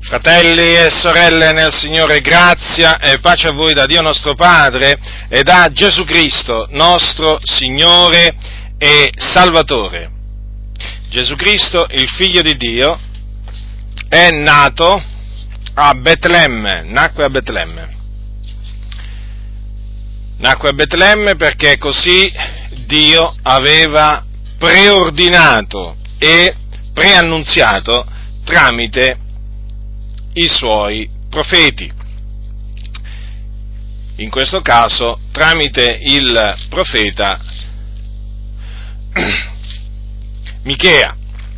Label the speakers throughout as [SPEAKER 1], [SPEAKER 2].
[SPEAKER 1] Fratelli e sorelle nel Signore, grazia e pace a voi da Dio nostro Padre e da Gesù Cristo, nostro Signore e Salvatore. Gesù Cristo, il Figlio di Dio, è nato a Betlemme, nacque a Betlemme perché così Dio aveva preordinato e preannunziato tramite i suoi profeti. In questo caso tramite il profeta Michea,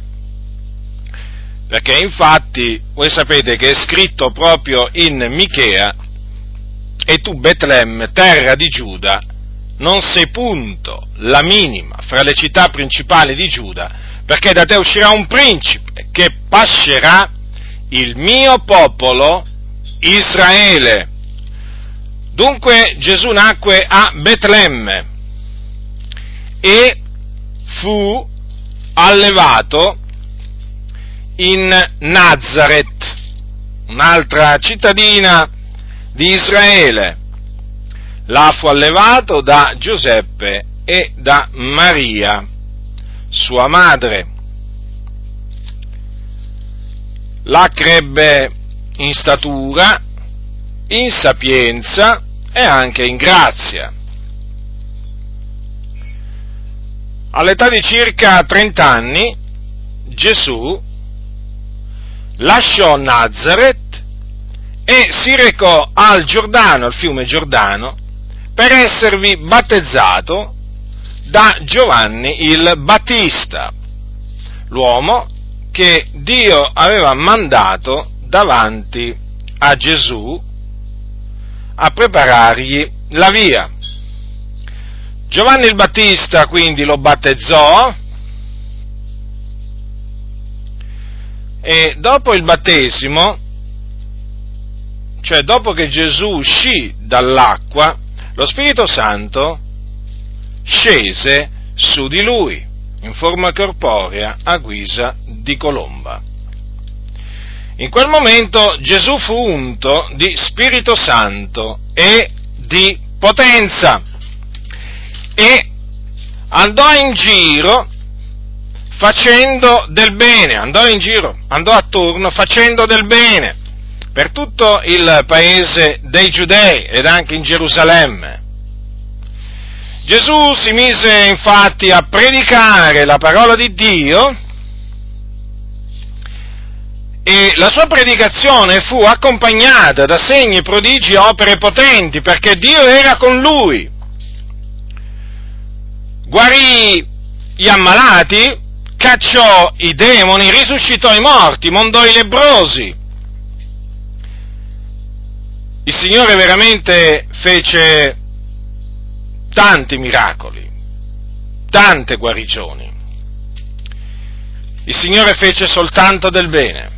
[SPEAKER 1] perché infatti voi sapete che è scritto proprio in Michea: e tu Betlemme, terra di Giuda, non sei punto la minima fra le città principali di Giuda, perché da te uscirà un principe che pascerà il mio popolo Israele. Dunque Gesù nacque a Betlemme e fu allevato in Nazaret, un'altra cittadina di Israele. Là fu allevato da Giuseppe e da Maria, sua madre. Là crebbe in statura, in sapienza e anche in grazia. All'età di circa 30 anni Gesù lasciò Nazaret e si recò al Giordano, al fiume Giordano, per esservi battezzato da Giovanni il Battista, l'uomo che Dio aveva mandato davanti a Gesù a preparargli la via. Giovanni il Battista quindi lo battezzò e dopo il battesimo, cioè dopo che Gesù uscì dall'acqua, lo Spirito Santo scese su di lui in forma corporea a guisa di colomba. In quel momento Gesù fu unto di Spirito Santo e di potenza e andò in giro facendo del bene, andò attorno facendo del bene per tutto il paese dei Giudei ed anche in Gerusalemme. Gesù si mise infatti a predicare la parola di Dio e la sua predicazione fu accompagnata da segni, prodigi e opere potenti, perché Dio era con lui. Guarì gli ammalati, cacciò i demoni, risuscitò i morti, mondò i lebbrosi. Il Signore veramente fece tanti miracoli, tante guarigioni. Il Signore fece soltanto del bene.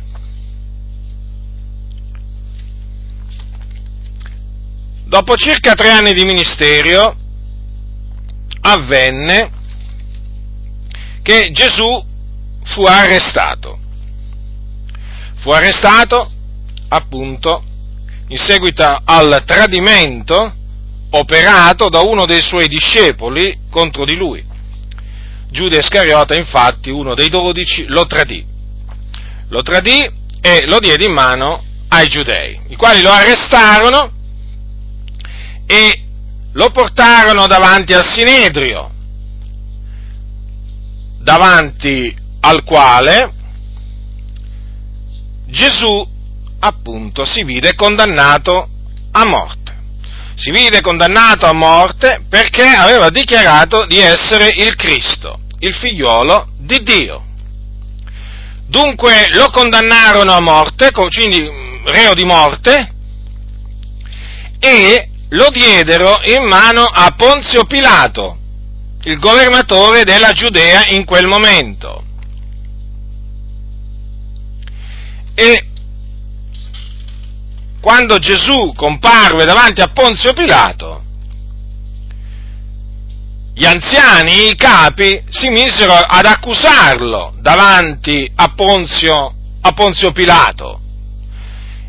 [SPEAKER 1] Dopo circa 3 anni di ministero avvenne che Gesù fu arrestato. Fu arrestato appunto in seguito al tradimento operato da uno dei suoi discepoli contro di lui. Giuda Iscariota, infatti, uno dei 12, lo tradì e lo diede in mano ai giudei, i quali lo arrestarono e lo portarono davanti al Sinedrio, davanti al quale Gesù appunto si vide condannato a morte. Si vide condannato a morte perché aveva dichiarato di essere il Cristo, il figliuolo di Dio. Dunque lo condannarono a morte, quindi reo di morte, e lo diedero in mano a Ponzio Pilato, il governatore della Giudea in quel momento. E quando Gesù comparve davanti a Ponzio Pilato, gli anziani, i capi, si misero ad accusarlo davanti a Ponzio Pilato,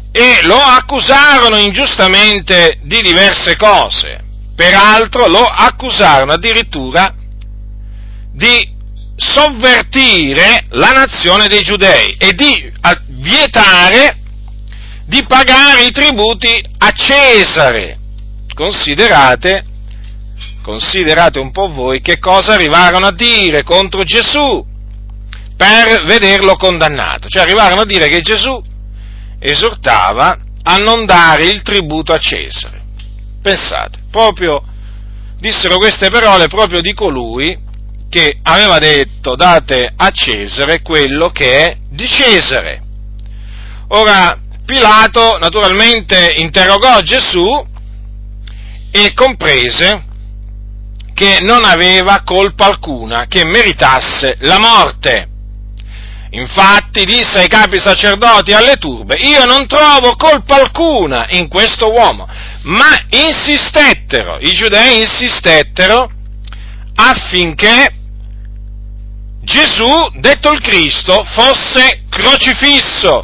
[SPEAKER 1] e lo accusarono ingiustamente di diverse cose. Peraltro lo accusarono addirittura di sovvertire la nazione dei Giudei e di vietare di pagare i tributi a Cesare. Considerate un po' voi che cosa arrivarono a dire contro Gesù per vederlo condannato. Cioè arrivarono a dire che Gesù esortava a non dare il tributo a Cesare. Pensate, proprio dissero queste parole proprio di colui che aveva detto: date a Cesare quello che è di Cesare. Ora, Pilato naturalmente interrogò Gesù e comprese che non aveva colpa alcuna che meritasse la morte. Infatti disse ai capi sacerdoti e alle turbe: io non trovo colpa alcuna in questo uomo. Ma i giudei insistettero affinché Gesù, detto il Cristo, fosse crocifisso.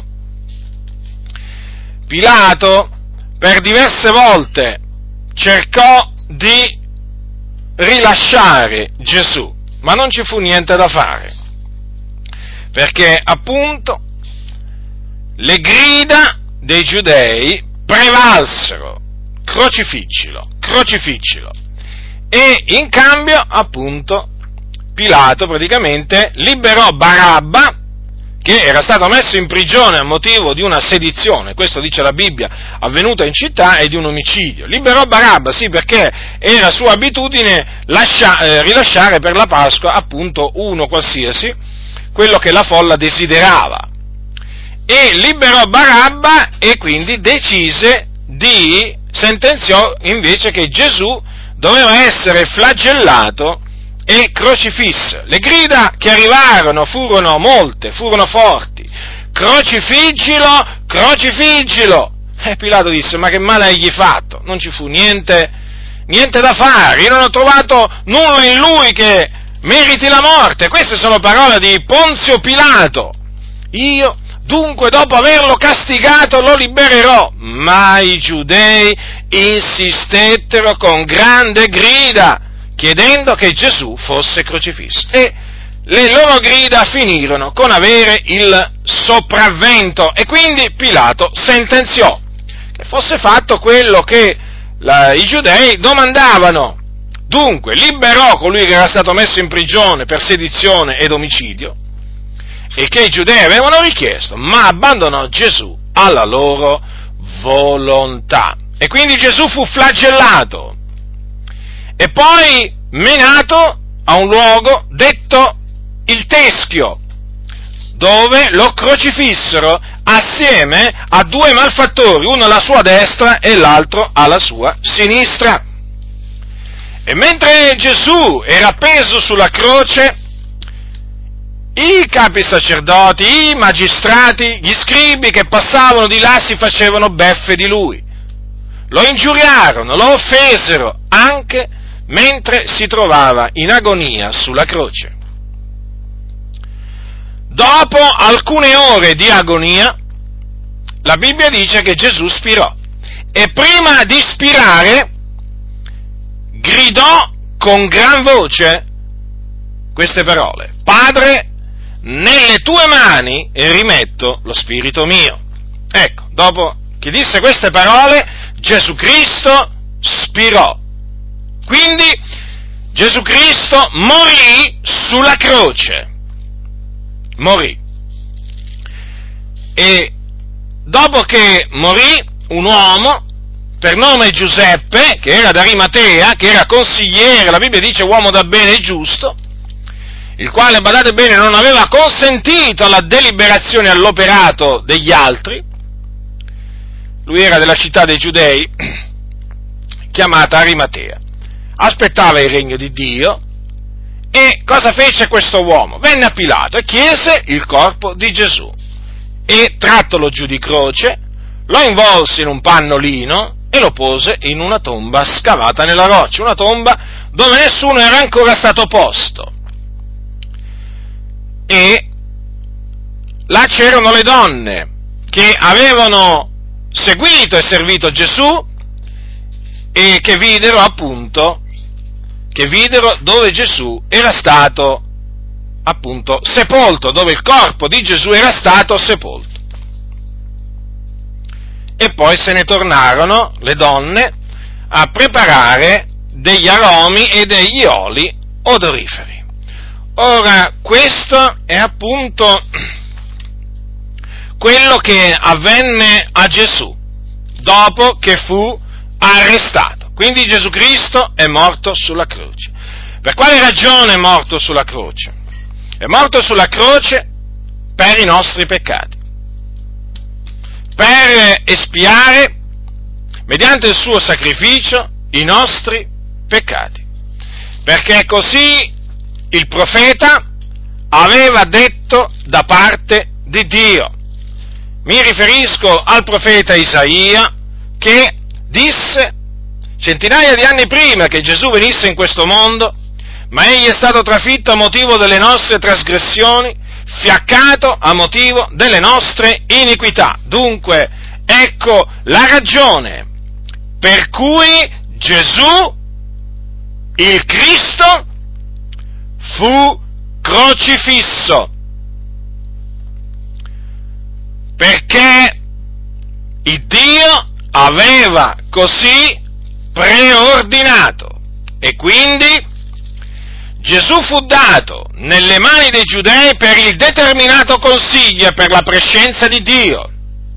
[SPEAKER 1] Pilato per diverse volte cercò di rilasciare Gesù, ma non ci fu niente da fare, perché appunto le grida dei giudei prevalsero: crocifiggilo, crocifiggilo. E in cambio, appunto, Pilato praticamente liberò Barabba, che era stato messo in prigione a motivo di una sedizione, questo dice la Bibbia, avvenuta in città, e di un omicidio. Liberò Barabba, sì, perché era sua abitudine rilasciare per la Pasqua, appunto, uno qualsiasi, quello che la folla desiderava. E liberò Barabba e quindi sentenziò invece che Gesù doveva essere flagellato e crocifisso. Le grida che arrivarono furono molte, furono forti: crocifiggilo, crocifiggilo! E Pilato disse: ma che male hai fatto? Non ci fu niente da fare, io non ho trovato nulla in lui che meriti la morte. Queste sono parole di Ponzio Pilato. Io dunque, dopo averlo castigato, lo libererò. Ma i giudei insistettero con grande grida, chiedendo che Gesù fosse crocifisso. E le loro grida finirono con avere il sopravvento, e quindi Pilato sentenziò che fosse fatto quello che i giudei domandavano. Dunque liberò colui che era stato messo in prigione per sedizione ed omicidio, e che i giudei avevano richiesto, ma abbandonò Gesù alla loro volontà. E quindi Gesù fu flagellato e poi menato a un luogo detto il Teschio, dove lo crocifissero assieme a due malfattori, uno alla sua destra e l'altro alla sua sinistra. E mentre Gesù era appeso sulla croce, i capi sacerdoti, i magistrati, gli scribi che passavano di là si facevano beffe di lui, lo ingiuriarono, lo offesero, anche mentre si trovava in agonia sulla croce. Dopo alcune ore di agonia, la Bibbia dice che Gesù spirò, e prima di spirare gridò con gran voce queste parole: Padre, nelle tue mani rimetto lo spirito mio. Ecco, dopo che disse queste parole, Gesù Cristo spirò. Quindi Gesù Cristo morì sulla croce. Morì. E dopo che morì, un uomo per nome Giuseppe, che era d'Arimatea, che era consigliere, la Bibbia dice uomo da bene e giusto, il quale, badate bene, non aveva consentito alla deliberazione e all'operato degli altri. Lui era della città dei Giudei, chiamata Arimatea. Aspettava il regno di Dio. E cosa fece questo uomo? Venne a Pilato e chiese il corpo di Gesù. E trattolo giù di croce, lo involse in un pannolino e lo pose in una tomba scavata nella roccia, una tomba dove nessuno era ancora stato posto. E là c'erano le donne che avevano seguito e servito Gesù e che videro dove Gesù era stato appunto sepolto, dove il corpo di Gesù era stato sepolto. E poi se ne tornarono le donne a preparare degli aromi e degli oli odoriferi. Ora, questo è appunto quello che avvenne a Gesù dopo che fu arrestato. Quindi Gesù Cristo è morto sulla croce. Per quale ragione è morto sulla croce? È morto sulla croce per i nostri peccati, per espiare, mediante il suo sacrificio, i nostri peccati. Perché così il profeta aveva detto da parte di Dio. Mi riferisco al profeta Isaia, che disse centinaia di anni prima che Gesù venisse in questo mondo: ma egli è stato trafitto a motivo delle nostre trasgressioni, fiaccato a motivo delle nostre iniquità. Dunque, ecco la ragione per cui Gesù, il Cristo, fu crocifisso. Perché il Dio aveva così preordinato, e quindi Gesù fu dato nelle mani dei giudei per il determinato consiglio e per la prescienza di Dio.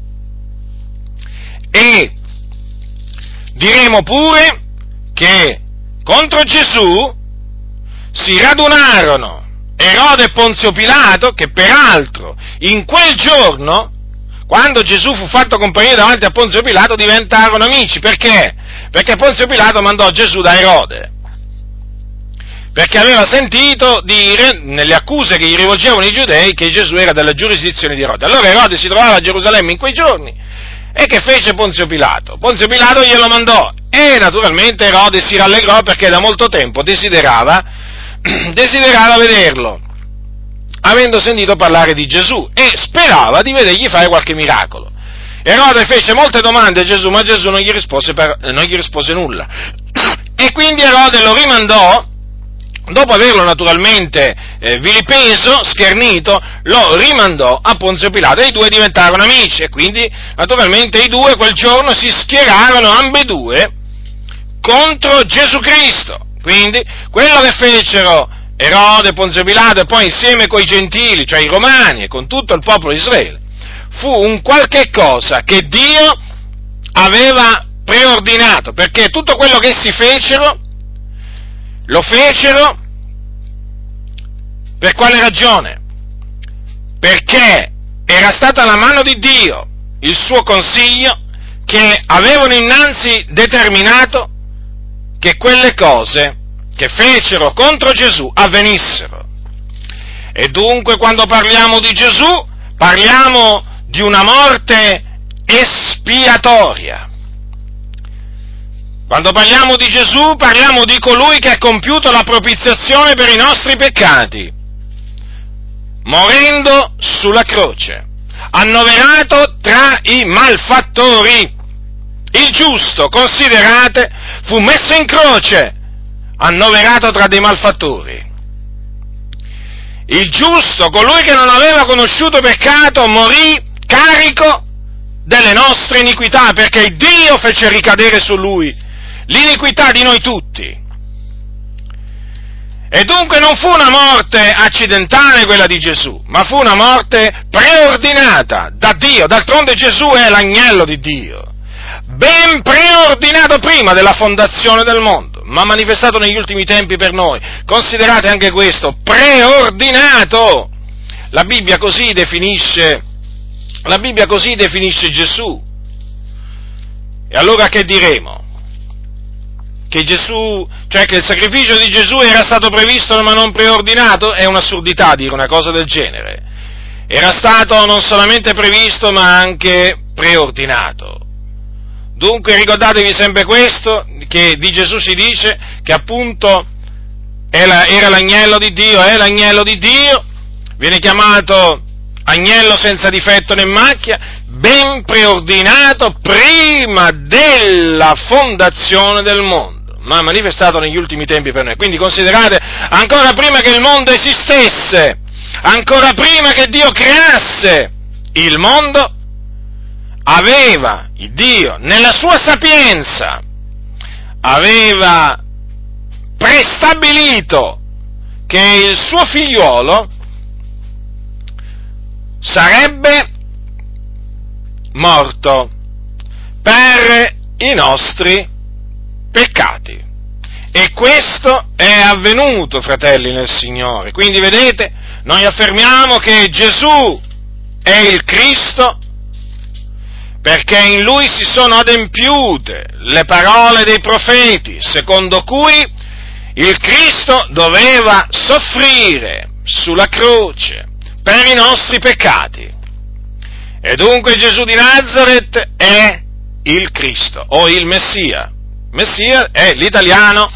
[SPEAKER 1] E diremo pure che contro Gesù si radunarono Erode e Ponzio Pilato, che peraltro in quel giorno, quando Gesù fu fatto comparire davanti a Ponzio Pilato, diventarono amici. Perché? Perché Ponzio Pilato mandò Gesù da Erode, perché aveva sentito dire, nelle accuse che gli rivolgevano i giudei, che Gesù era della giurisdizione di Erode. Allora Erode si trovava a Gerusalemme in quei giorni, e che fece Ponzio Pilato? Ponzio Pilato glielo mandò, e naturalmente Erode si rallegrò, perché da molto tempo desiderava vederlo, avendo sentito parlare di Gesù, e sperava di vedergli fare qualche miracolo. Erode fece molte domande a Gesù, ma Gesù non gli rispose nulla. E quindi Erode lo rimandò, dopo averlo naturalmente vilipeso, schernito, lo rimandò a Ponzio Pilato, e i due diventarono amici, e quindi naturalmente i due quel giorno si schierarono ambedue contro Gesù Cristo. Quindi quello che fecero Erode, Ponzio Pilato, e poi insieme coi gentili, cioè i romani, e con tutto il popolo di Israele, fu un qualche cosa che Dio aveva preordinato, perché tutto quello che essi fecero, lo fecero per quale ragione? Perché era stata la mano di Dio, il suo consiglio, che avevano innanzi determinato che quelle cose che fecero contro Gesù avvenissero. E dunque, quando parliamo di Gesù, parliamo di una morte espiatoria. Quando parliamo di Gesù, parliamo di colui che ha compiuto la propiziazione per i nostri peccati, morendo sulla croce, annoverato tra i malfattori. Il giusto, considerate, fu messo in croce, annoverato tra dei malfattori. Il giusto, colui che non aveva conosciuto peccato, morì carico delle nostre iniquità, perché Dio fece ricadere su lui l'iniquità di noi tutti. E dunque non fu una morte accidentale quella di Gesù, ma fu una morte preordinata da Dio. D'altronde Gesù è l'agnello di Dio, ben preordinato prima della fondazione del mondo, ma manifestato negli ultimi tempi per noi. Considerate anche questo, preordinato. La Bibbia così definisce Gesù. E allora che diremo? Che Gesù, cioè che il sacrificio di Gesù era stato previsto ma non preordinato? È un'assurdità dire una cosa del genere. Era stato non solamente previsto ma anche preordinato. Dunque ricordatevi sempre questo, che di Gesù si dice che appunto era l'agnello di Dio, è l'agnello di Dio, viene chiamato agnello senza difetto né macchia, ben preordinato prima della fondazione del mondo, ma manifestato negli ultimi tempi per noi. Quindi considerate, ancora prima che il mondo esistesse, ancora prima che Dio creasse il mondo, aveva il Dio, nella sua sapienza, aveva prestabilito che il suo figliolo sarebbe morto per i nostri peccati. E questo è avvenuto, fratelli nel Signore. Quindi vedete, noi affermiamo che Gesù è il Cristo perché in Lui si sono adempiute le parole dei profeti, secondo cui il Cristo doveva soffrire sulla croce per i nostri peccati. E dunque Gesù di Nazaret è il Cristo, o il Messia. Messia è l'italiano,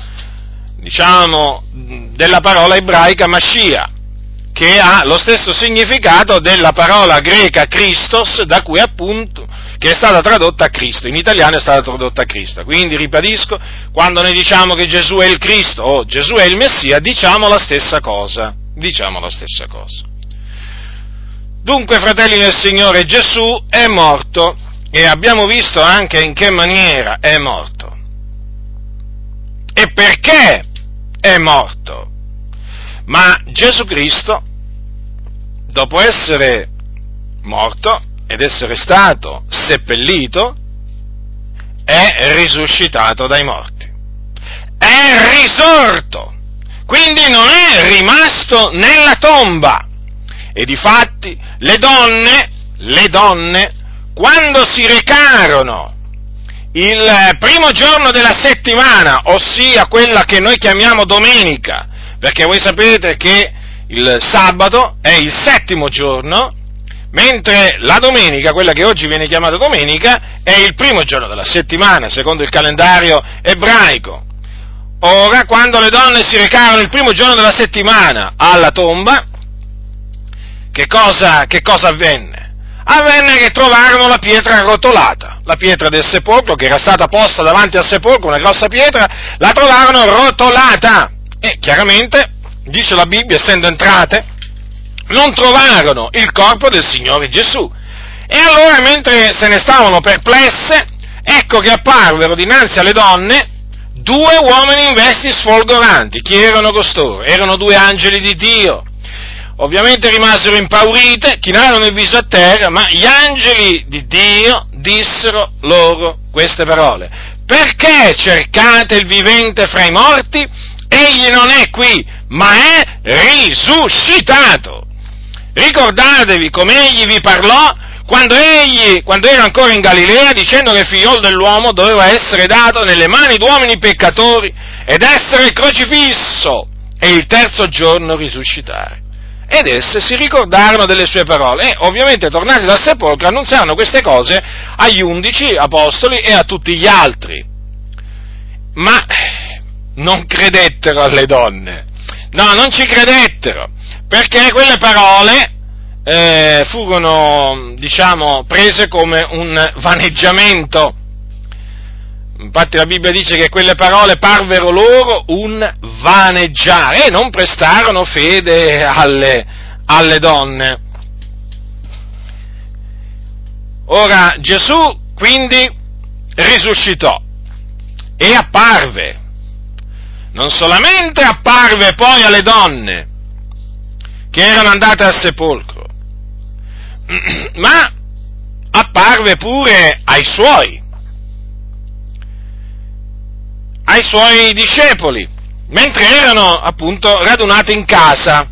[SPEAKER 1] della parola ebraica Mashiach, che ha lo stesso significato della parola greca Christos, da cui appunto, che è stata tradotta a Cristo, in italiano è stata tradotta a Cristo. Quindi ribadisco, quando noi diciamo che Gesù è il Cristo o Gesù è il Messia, diciamo la stessa cosa. Dunque, fratelli nel Signore, Gesù è morto e abbiamo visto anche in che maniera è morto. E perché è morto? Ma Gesù Cristo, dopo essere morto ed essere stato seppellito, è risuscitato dai morti. È risorto, quindi non è rimasto nella tomba. E difatti le donne, quando si recarono il primo giorno della settimana, ossia quella che noi chiamiamo domenica, perché voi sapete che il sabato è il settimo giorno, mentre la domenica, quella che oggi viene chiamata domenica, è il primo giorno della settimana, secondo il calendario ebraico. Ora, quando le donne si recarono il primo giorno della settimana alla tomba, che cosa avvenne? Avvenne che trovarono la pietra arrotolata, la pietra del sepolcro, che era stata posta davanti al sepolcro, una grossa pietra, la trovarono rotolata. E chiaramente, dice la Bibbia, essendo entrate, non trovarono il corpo del Signore Gesù. E allora, mentre se ne stavano perplesse, ecco che apparvero dinanzi alle donne due uomini in vesti sfolgoranti. Chi erano costoro? Erano due angeli di Dio. Ovviamente rimasero impaurite, chinarono il viso a terra, ma gli angeli di Dio dissero loro queste parole: perché cercate il vivente fra i morti? Egli non è qui, ma è risuscitato. Ricordatevi come egli vi parlò quando era ancora in Galilea, dicendo che il figliolo dell'uomo doveva essere dato nelle mani di uomini peccatori ed essere crocifisso e il terzo giorno risuscitare. Ed esse si ricordarono delle sue parole e ovviamente tornati dal sepolcro annunziarono queste cose agli 11 apostoli e a tutti gli altri. Ma non credettero alle donne, no, non ci credettero, perché quelle parole furono, prese come un vaneggiamento. Infatti la Bibbia dice che quelle parole parvero loro un vaneggiare e non prestarono fede alle donne. Ora Gesù quindi risuscitò e apparve. Non solamente apparve poi alle donne che erano andate al sepolcro, ma apparve pure ai suoi discepoli, mentre erano appunto radunati in casa.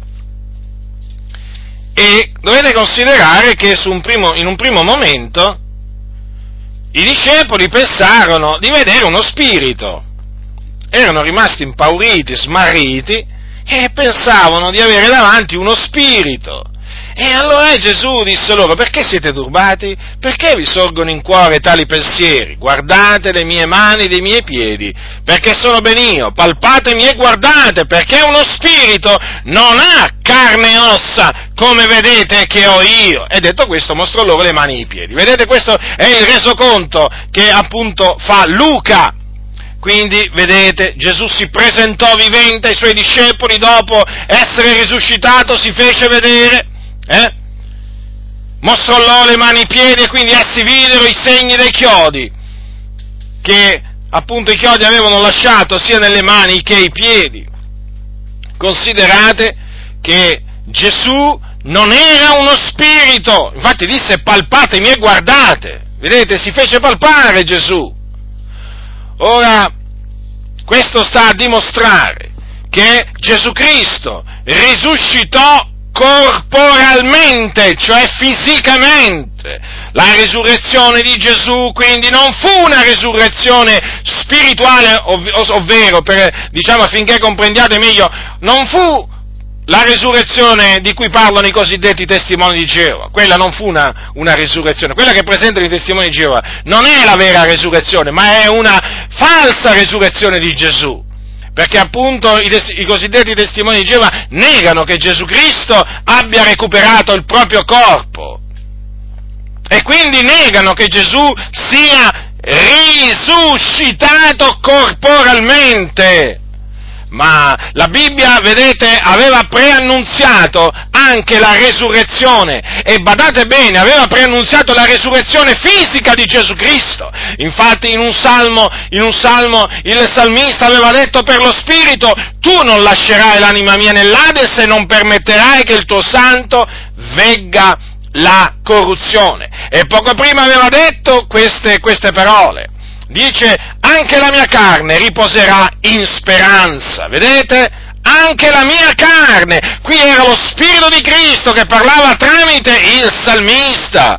[SPEAKER 1] E dovete considerare che in un primo momento i discepoli pensarono di vedere uno spirito, erano rimasti impauriti, smarriti e pensavano di avere davanti uno spirito. E allora Gesù disse loro: perché siete turbati? Perché vi sorgono in cuore tali pensieri? Guardate le mie mani e i miei piedi, perché sono ben io, palpatemi e guardate, perché uno spirito non ha carne e ossa, come vedete che ho io. E detto questo mostrò loro le mani e i piedi. Vedete, questo è il resoconto che appunto fa Luca. Quindi, vedete, Gesù si presentò vivente ai suoi discepoli, dopo essere risuscitato si fece vedere, mostrò loro le mani e i piedi, e quindi essi videro i segni dei chiodi, che appunto i chiodi avevano lasciato sia nelle mani che i piedi. Considerate che Gesù non era uno spirito, infatti disse: palpatemi e guardate. Vedete, si fece palpare Gesù. Ora, questo sta a dimostrare che Gesù Cristo risuscitò corporalmente, cioè fisicamente. La risurrezione di Gesù quindi non fu una risurrezione spirituale, ovvero, affinché comprendiate meglio, non fu la risurrezione di cui parlano i cosiddetti testimoni di Geova. Quella non fu una risurrezione, quella che presentano i testimoni di Geova non è la vera risurrezione, ma è una falsa risurrezione di Gesù. Perché appunto i cosiddetti testimoni di Geova negano che Gesù Cristo abbia recuperato il proprio corpo, e quindi negano che Gesù sia risuscitato corporalmente. Ma la Bibbia, vedete, aveva preannunziato anche la resurrezione, e badate bene, aveva preannunziato la resurrezione fisica di Gesù Cristo. Infatti in un salmo il salmista aveva detto per lo Spirito: tu non lascerai l'anima mia nell'Ades e non permetterai che il tuo santo vegga la corruzione. E poco prima aveva detto queste parole. Dice: anche la mia carne riposerà in speranza. Vedete? Anche la mia carne. Qui era lo Spirito di Cristo che parlava tramite il salmista.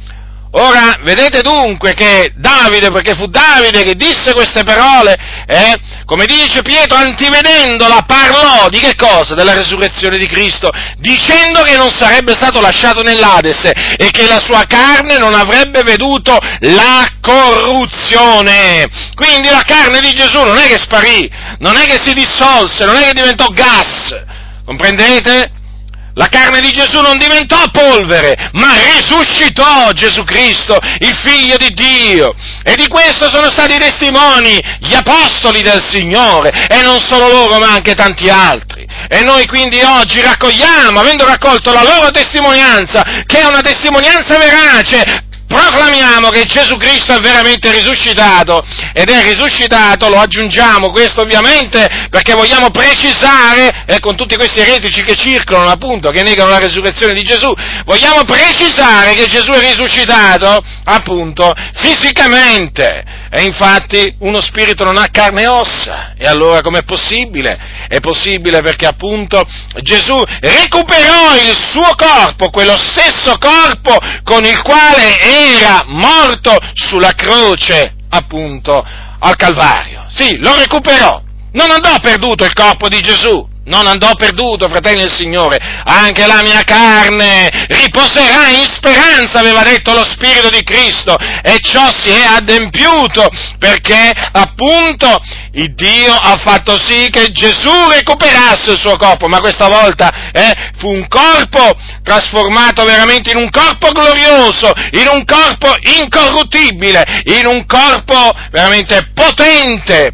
[SPEAKER 1] Ora, vedete dunque che Davide, perché fu Davide che disse queste parole, come dice Pietro, antivedendola parlò di che cosa? Della resurrezione di Cristo, dicendo che non sarebbe stato lasciato nell'Ades e che la sua carne non avrebbe veduto la corruzione. Quindi la carne di Gesù non è che sparì, non è che si dissolse, non è che diventò gas, comprendete? La carne di Gesù non diventò polvere, ma risuscitò Gesù Cristo, il Figlio di Dio. E di questo sono stati testimoni gli apostoli del Signore, e non solo loro, ma anche tanti altri. E noi quindi oggi raccogliamo, avendo raccolto la loro testimonianza, che è una testimonianza verace, proclamiamo che Gesù Cristo è veramente risuscitato, ed è risuscitato, lo aggiungiamo questo ovviamente perché vogliamo precisare, con tutti questi eretici che circolano appunto, che negano la resurrezione di Gesù, vogliamo precisare che Gesù è risuscitato appunto fisicamente. E infatti uno spirito non ha carne e ossa, e allora com'è possibile? È possibile perché appunto Gesù recuperò il suo corpo, quello stesso corpo con il quale era morto sulla croce, appunto, al Calvario. Sì, lo recuperò. Non andò perduto il corpo di Gesù. Non andò perduto, fratelli del Signore. Anche la mia carne riposerà in speranza, aveva detto lo Spirito di Cristo, e ciò si è adempiuto, perché appunto il Dio ha fatto sì che Gesù recuperasse il suo corpo, ma questa volta fu un corpo trasformato veramente in un corpo glorioso, in un corpo incorruttibile, in un corpo veramente potente,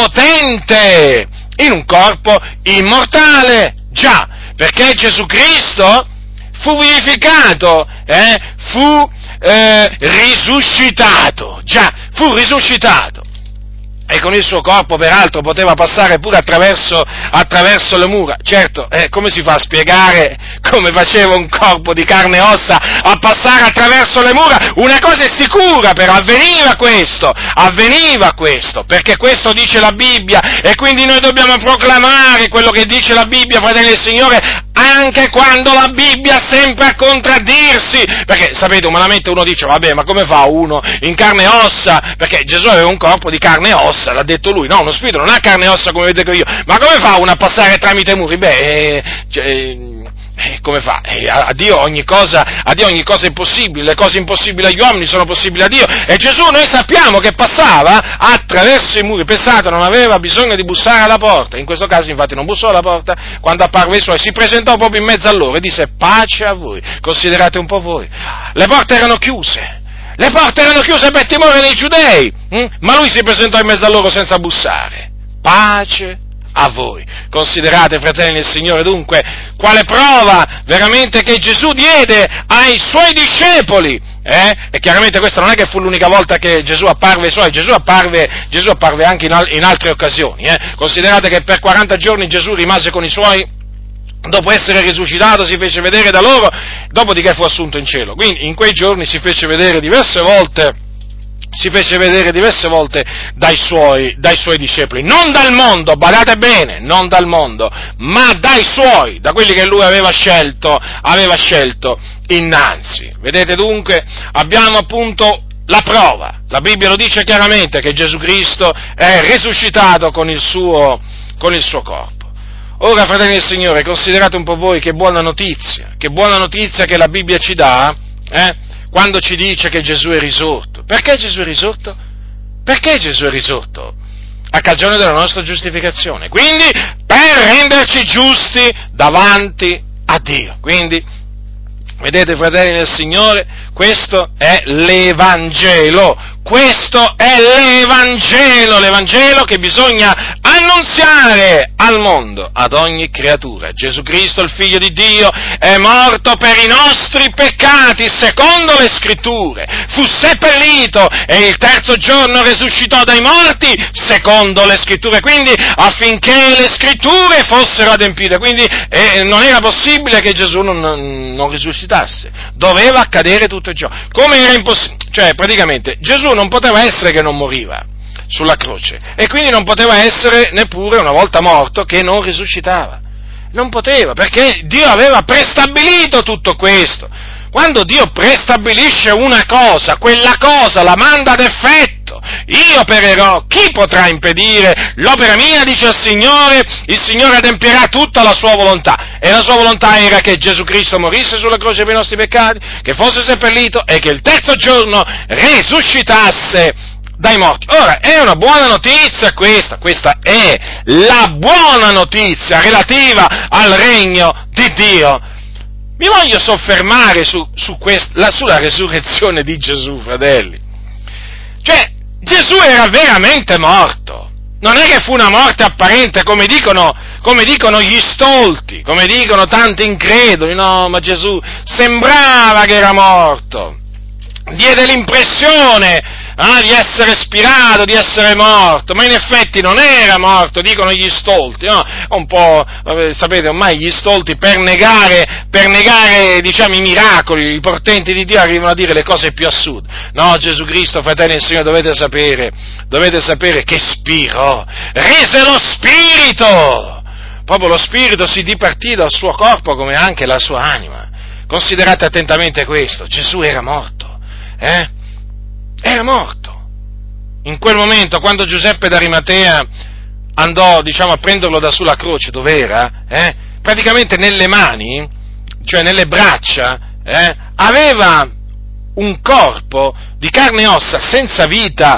[SPEAKER 1] in un corpo immortale, già, perché Gesù Cristo fu vivificato, fu risuscitato, fu risuscitato. E con il suo corpo, peraltro, poteva passare pure attraverso le mura. Certo, come si fa a spiegare come faceva un corpo di carne e ossa a passare attraverso le mura? Una cosa è sicura, però, avveniva questo, perché questo dice la Bibbia, e quindi noi dobbiamo proclamare quello che dice la Bibbia, fratelli del Signore, anche quando la Bibbia sembra contraddirsi, perché sapete, umanamente uno dice: vabbè, ma come fa uno in carne e ossa, perché Gesù aveva un corpo di carne e ossa, l'ha detto lui, no, uno spirito non ha carne e ossa come vedete io, ma come fa uno a passare tramite i muri? come fa? A Dio ogni cosa è impossibile, le cose impossibili agli uomini sono possibili a Dio, e Gesù noi sappiamo che passava attraverso i muri, pensate, non aveva bisogno di bussare alla porta, in questo caso infatti non bussò alla porta, quando apparve ai suoi, si presentò proprio in mezzo a loro e disse: pace a voi, considerate un po' voi, le porte erano chiuse per timore dei giudei, ma lui si presentò in mezzo a loro senza bussare, pace a voi. Considerate, fratelli del Signore, dunque, quale prova veramente che Gesù diede ai suoi discepoli, E chiaramente questa non è che fu l'unica volta che Gesù apparve ai suoi, Gesù apparve anche in altre occasioni, Considerate che per 40 giorni Gesù rimase con i suoi, dopo essere risuscitato si fece vedere da loro, dopodiché fu assunto in cielo, quindi in quei giorni si fece vedere diverse volte dai suoi discepoli, non dal mondo, badate bene, non dal mondo, ma dai suoi, da quelli che lui aveva scelto innanzi. Vedete dunque, abbiamo appunto la prova, la Bibbia lo dice chiaramente che Gesù Cristo è risuscitato con il suo corpo. Ora, fratelli del Signore, considerate un po' voi che buona notizia che la Bibbia ci dà, quando ci dice che Gesù è risorto. Perché Gesù è risorto? Perché Gesù è risorto? A cagione della nostra giustificazione, quindi per renderci giusti davanti a Dio. Quindi, vedete, fratelli del Signore, questo è l'Evangelo. Questo è l'Evangelo che bisogna annunziare al mondo, ad ogni creatura. Gesù Cristo, il Figlio di Dio, è morto per i nostri peccati, secondo le Scritture, fu seppellito e il terzo giorno risuscitò dai morti, secondo le Scritture, quindi affinché le Scritture fossero adempiute, quindi non era possibile che Gesù non risuscitasse, doveva accadere tutto ciò. Come era impossibile? Cioè, praticamente, Gesù non poteva essere che non moriva sulla croce, e quindi non poteva essere neppure, una volta morto, che non risuscitava. Non poteva, perché Dio aveva prestabilito tutto questo. Quando Dio prestabilisce una cosa, quella cosa la manda ad effetto. Io opererò, chi potrà impedire l'opera mia, dice il Signore adempierà tutta la sua volontà, e la sua volontà era che Gesù Cristo morisse sulla croce per i nostri peccati, che fosse seppellito e che il terzo giorno risuscitasse dai morti. Ora, è una buona notizia questa è la buona notizia relativa al regno di Dio. Mi voglio soffermare sulla resurrezione di Gesù, fratelli. Cioè, Gesù era veramente morto. Non è che fu una morte apparente, come dicono gli stolti, come dicono tanti increduli. No, ma Gesù sembrava che era morto. Diede l'impressione di essere spirato, di essere morto, ma in effetti non era morto, dicono gli stolti, no? Un po', sapete, ormai gli stolti per negare, diciamo, i miracoli, i portenti di Dio, arrivano a dire le cose più assurde. No, Gesù Cristo, fratelli del Signore, dovete sapere che spirò, rese lo spirito, proprio lo spirito si dipartì dal suo corpo come anche la sua anima. Considerate attentamente questo, Gesù era morto. Era morto. In quel momento, quando Giuseppe d'Arimatea andò, diciamo, a prenderlo da sulla croce, dov'era? Praticamente nelle mani, cioè nelle braccia, aveva un corpo di carne e ossa senza vita,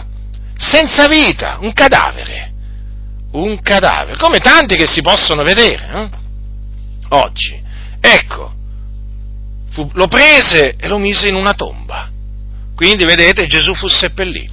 [SPEAKER 1] un cadavere, come tanti che si possono vedere, oggi. Ecco, lo prese e lo mise in una tomba. Quindi, vedete, Gesù fu seppellito.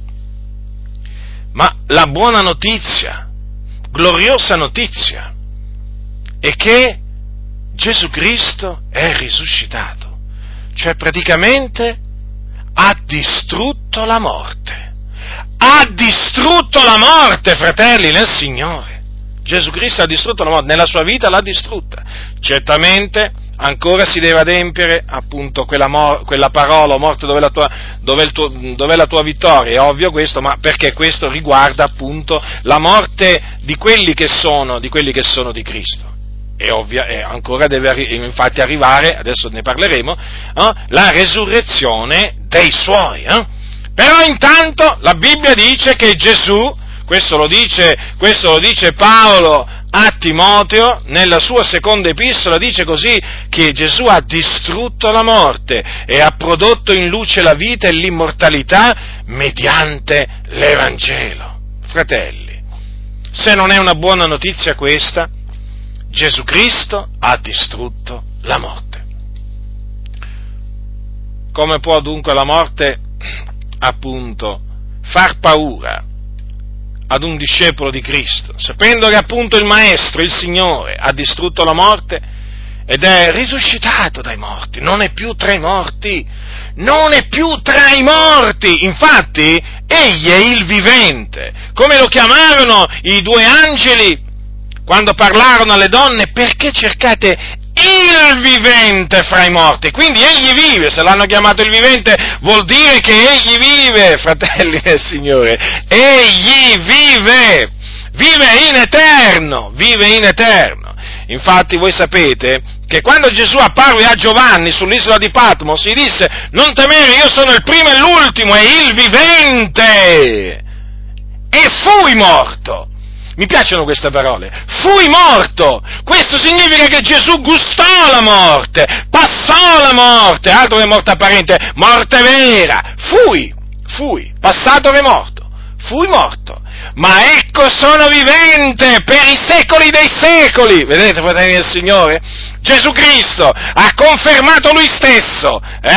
[SPEAKER 1] Ma la buona notizia, gloriosa notizia, è che Gesù Cristo è risuscitato. Cioè, praticamente, ha distrutto la morte. Ha distrutto la morte, fratelli nel Signore. Gesù Cristo ha distrutto la morte, nella sua vita l'ha distrutta. Certamente, ancora si deve adempiere appunto quella parola: morte, dov'è la tua vittoria? È ovvio questo, ma perché questo riguarda appunto la morte di quelli che sono di Cristo. È ovvio, ancora deve infatti arrivare, adesso ne parleremo, la resurrezione dei suoi. Però intanto la Bibbia dice che Gesù, questo lo dice Paolo a Timoteo, nella sua seconda epistola, dice così, che Gesù ha distrutto la morte e ha prodotto in luce la vita e l'immortalità mediante l'Evangelo. Fratelli, se non è una buona notizia questa, Gesù Cristo ha distrutto la morte. Come può dunque la morte, appunto, far paura ad un discepolo di Cristo, sapendo che appunto il Maestro, il Signore, ha distrutto la morte ed è risuscitato dai morti, non è più tra i morti, infatti egli è il vivente, come lo chiamarono i due angeli quando parlarono alle donne, perché cercate il vivente fra i morti, quindi egli vive, se l'hanno chiamato il vivente vuol dire che egli vive, fratelli del Signore, egli vive in eterno, infatti voi sapete che quando Gesù apparve a Giovanni sull'isola di Patmo si disse: non temere, io sono il primo e l'ultimo e il vivente, e fui morto. Mi piacciono queste parole, fui morto, questo significa che Gesù gustò la morte, passò la morte, altro che morte apparente, morte vera, fui, passato che morto, fui morto, ma ecco sono vivente per i secoli dei secoli, vedete fratelli del Signore? Gesù Cristo ha confermato Lui stesso,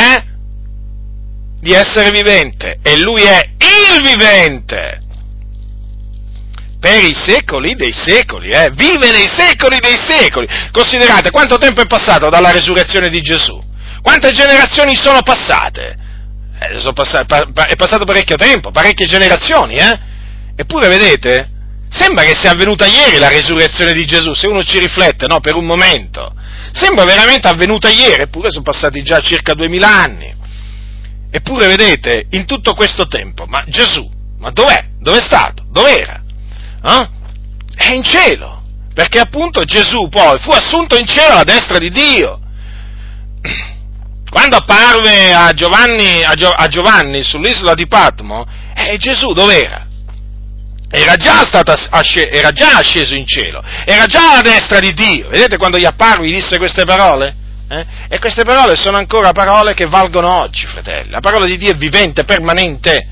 [SPEAKER 1] di essere vivente, e Lui è il vivente. Per i secoli dei secoli, vive nei secoli dei secoli. Considerate quanto tempo è passato dalla resurrezione di Gesù, quante generazioni sono passate, è passato parecchio tempo, parecchie generazioni, eppure vedete, sembra che sia avvenuta ieri la resurrezione di Gesù, se uno ci riflette, no, per un momento, sembra veramente avvenuta ieri, eppure sono passati già circa 2000 anni, eppure vedete, in tutto questo tempo, ma Gesù, ma dov'è? Dov'è stato? Dov'era? È in cielo, perché appunto Gesù poi fu assunto in cielo alla destra di Dio. Quando apparve a Giovanni sull'isola di Patmo, Gesù dov'era? Era già asceso in cielo, era già alla destra di Dio. Vedete quando gli apparve, gli disse queste parole? E queste parole sono ancora parole che valgono oggi, fratelli. La parola di Dio è vivente, permanente.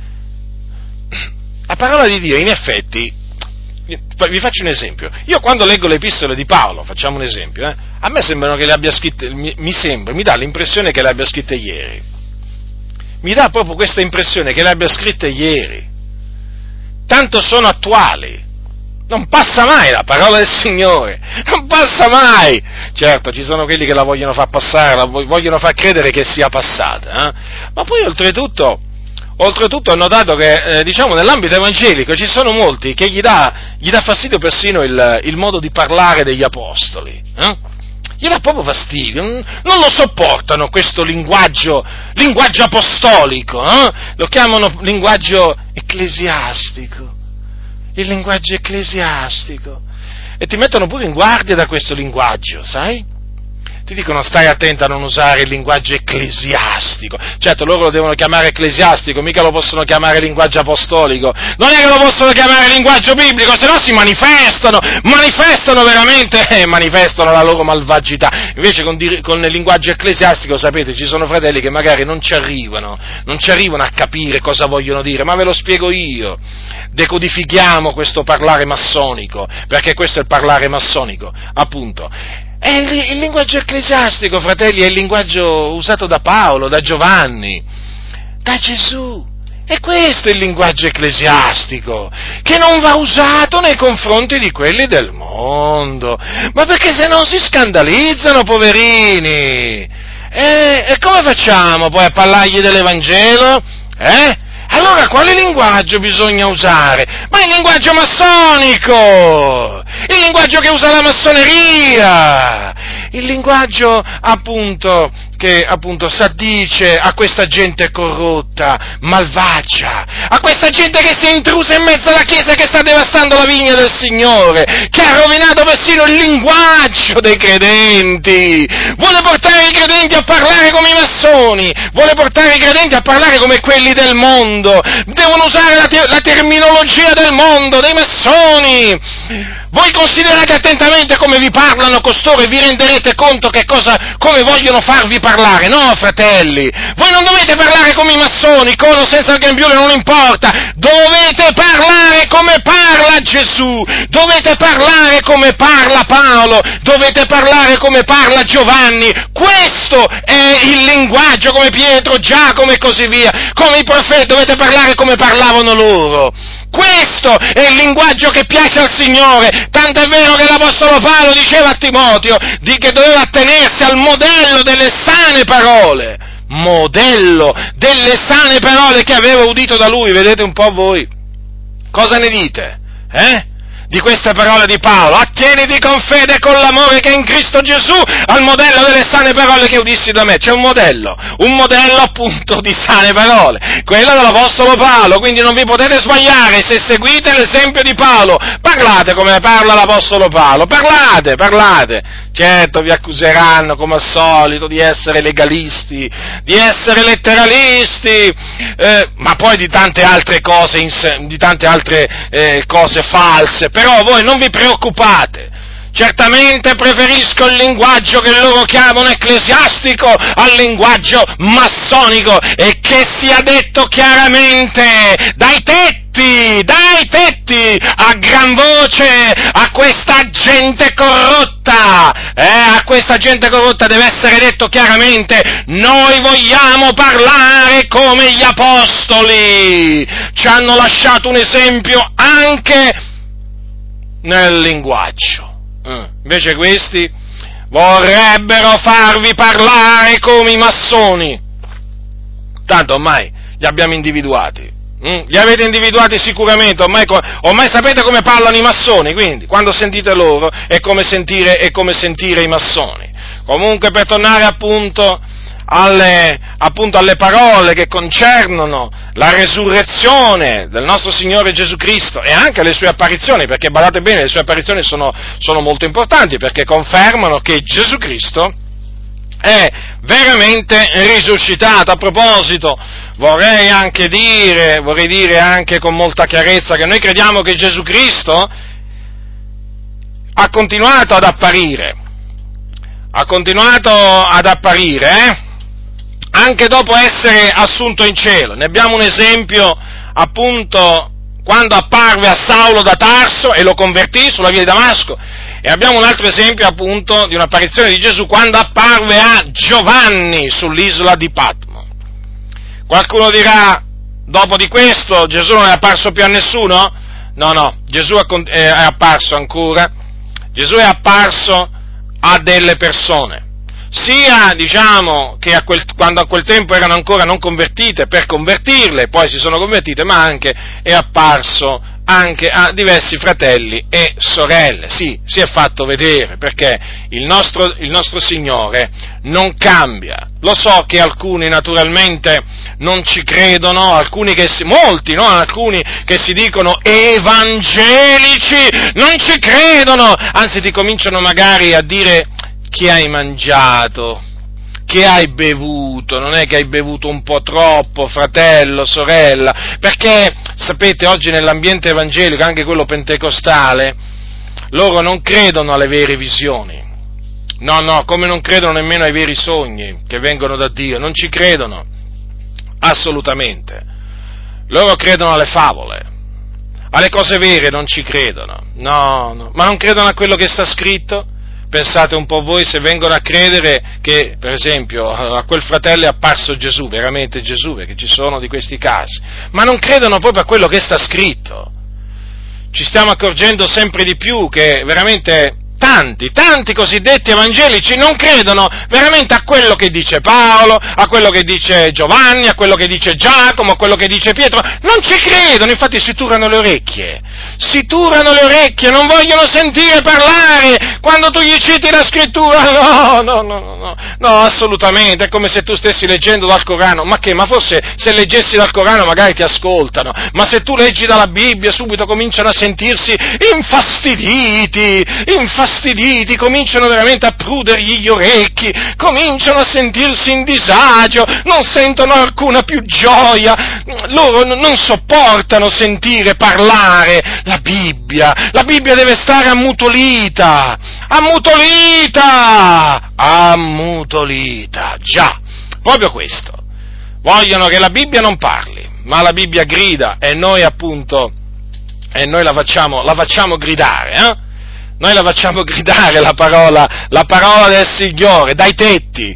[SPEAKER 1] La parola di Dio, in effetti, vi faccio un esempio. Io quando leggo le epistole di Paolo, facciamo un esempio, a me sembrano che le abbia scritte, mi dà l'impressione che le abbia scritte ieri. Mi dà proprio questa impressione che le abbia scritte ieri. Tanto sono attuali. Non passa mai la parola del Signore, non passa mai. Certo, ci sono quelli che la vogliono far passare, vogliono far credere che sia passata, ma poi oltretutto ho notato che, nell'ambito evangelico ci sono molti che gli dà fastidio persino il modo di parlare degli apostoli, Gli dà proprio fastidio, non lo sopportano questo linguaggio apostolico, Lo chiamano linguaggio ecclesiastico, il linguaggio ecclesiastico, e ti mettono pure in guardia da questo linguaggio, sai? Ti dicono stai attento a non usare il linguaggio ecclesiastico. Certo, loro lo devono chiamare ecclesiastico, mica lo possono chiamare linguaggio apostolico, non è che lo possono chiamare linguaggio biblico, se no si manifestano veramente, manifestano la loro malvagità. Invece con il linguaggio ecclesiastico, sapete, ci sono fratelli che magari non ci arrivano a capire cosa vogliono dire, ma ve lo spiego io. Decodifichiamo questo parlare massonico, perché questo è il parlare massonico, appunto. È il linguaggio ecclesiastico, fratelli, è il linguaggio usato da Paolo, da Giovanni, da Gesù. E questo è il linguaggio ecclesiastico, che non va usato nei confronti di quelli del mondo, ma perché se no si scandalizzano, poverini. E come facciamo poi a parlargli dell'Evangelo? Allora quale linguaggio bisogna usare? Ma il linguaggio massonico! Il linguaggio che usa la massoneria! Il linguaggio che s'addice a questa gente corrotta, malvagia, a questa gente che si è intrusa in mezzo alla Chiesa, che sta devastando la vigna del Signore, che ha rovinato persino il linguaggio dei credenti, vuole portare i credenti a parlare come i massoni, vuole portare i credenti a parlare come quelli del mondo, devono usare la terminologia del mondo, dei massoni. Voi considerate attentamente come vi parlano costoro e vi renderete conto come vogliono farvi parlare. No, fratelli, voi non dovete parlare come i massoni, con o senza il grembiule, non importa. Dovete parlare come parla Gesù, dovete parlare come parla Paolo, dovete parlare come parla Giovanni. Questo è il linguaggio, come Pietro, Giacomo e così via, come i profeti, dovete parlare come parlavano loro. Questo è il linguaggio che piace al Signore, tanto è vero che l'Apostolo Paolo diceva a Timoteo che doveva attenersi al modello delle sane parole che aveva udito da lui. Vedete un po' voi, cosa ne dite? Di queste parole di Paolo? Attieniti con fede e con l'amore che è in Cristo Gesù al modello delle sane parole che udissi da me. C'è un modello appunto di sane parole, quello dell'Apostolo Paolo, quindi non vi potete sbagliare se seguite l'esempio di Paolo. Parlate come parla l'Apostolo Paolo, parlate. Certo, vi accuseranno come al solito di essere legalisti, di essere letteralisti, ma poi di tante altre cose, cose false. Però voi non vi preoccupate. Certamente preferisco il linguaggio che loro chiamano ecclesiastico al linguaggio massonico, e che sia detto chiaramente dai tetti, a gran voce, a questa gente corrotta, deve essere detto chiaramente: noi vogliamo parlare come gli apostoli, ci hanno lasciato un esempio anche nel linguaggio. Invece questi vorrebbero farvi parlare come i massoni. Tanto ormai li abbiamo individuati. Li avete individuati sicuramente, ormai sapete come parlano i massoni, quindi quando sentite loro è come sentire i massoni. Comunque, per tornare appunto alle parole che concernono la resurrezione del nostro Signore Gesù Cristo e anche le sue apparizioni, perché badate bene, le sue apparizioni sono molto importanti, perché confermano che Gesù Cristo è veramente risuscitato. A proposito, vorrei dire anche con molta chiarezza che noi crediamo che Gesù Cristo ha continuato ad apparire, anche dopo essere assunto in cielo. Ne abbiamo un esempio appunto quando apparve a Saulo da Tarso e lo convertì sulla via di Damasco, e abbiamo un altro esempio appunto di un'apparizione di Gesù quando apparve a Giovanni sull'isola di Patmo. Qualcuno dirà: dopo di questo Gesù non è apparso più a nessuno? No, Gesù è apparso ancora. Gesù è apparso a delle persone, sia che quando a quel tempo erano ancora non convertite, per convertirle, poi si sono convertite, ma anche è apparso anche a diversi fratelli e sorelle. Sì, si è fatto vedere, perché il nostro Signore non cambia. Lo so che alcuni naturalmente non ci credono, alcuni che si dicono evangelici non ci credono, anzi ti cominciano magari a dire: che hai mangiato, che hai bevuto, non è che hai bevuto un po' troppo, fratello, sorella, perché sapete, oggi nell'ambiente evangelico, anche quello pentecostale, loro non credono alle vere visioni, no, come non credono nemmeno ai veri sogni che vengono da Dio, non ci credono, assolutamente. Loro credono alle favole, alle cose vere non ci credono, no, ma non credono a quello che sta scritto. Pensate un po' voi se vengono a credere che, per esempio, a quel fratello è apparso Gesù, veramente Gesù, perché ci sono di questi casi, ma non credono proprio a quello che sta scritto. Ci stiamo accorgendo sempre di più che veramente tanti cosiddetti evangelici non credono veramente a quello che dice Paolo, a quello che dice Giovanni, a quello che dice Giacomo, a quello che dice Pietro, non ci credono, infatti si turano le orecchie, non vogliono sentire parlare quando tu gli citi la scrittura, no, assolutamente, è come se tu stessi leggendo dal Corano, ma forse se leggessi dal Corano magari ti ascoltano, ma se tu leggi dalla Bibbia subito cominciano a sentirsi infastiditi, cominciano veramente a prudergli gli orecchi, cominciano a sentirsi in disagio, non sentono alcuna più gioia, loro non sopportano sentire parlare La Bibbia deve stare ammutolita, già, proprio questo. Vogliono che la Bibbia non parli, ma la Bibbia grida e noi la facciamo gridare, Noi la facciamo gridare la parola del Signore, dai tetti,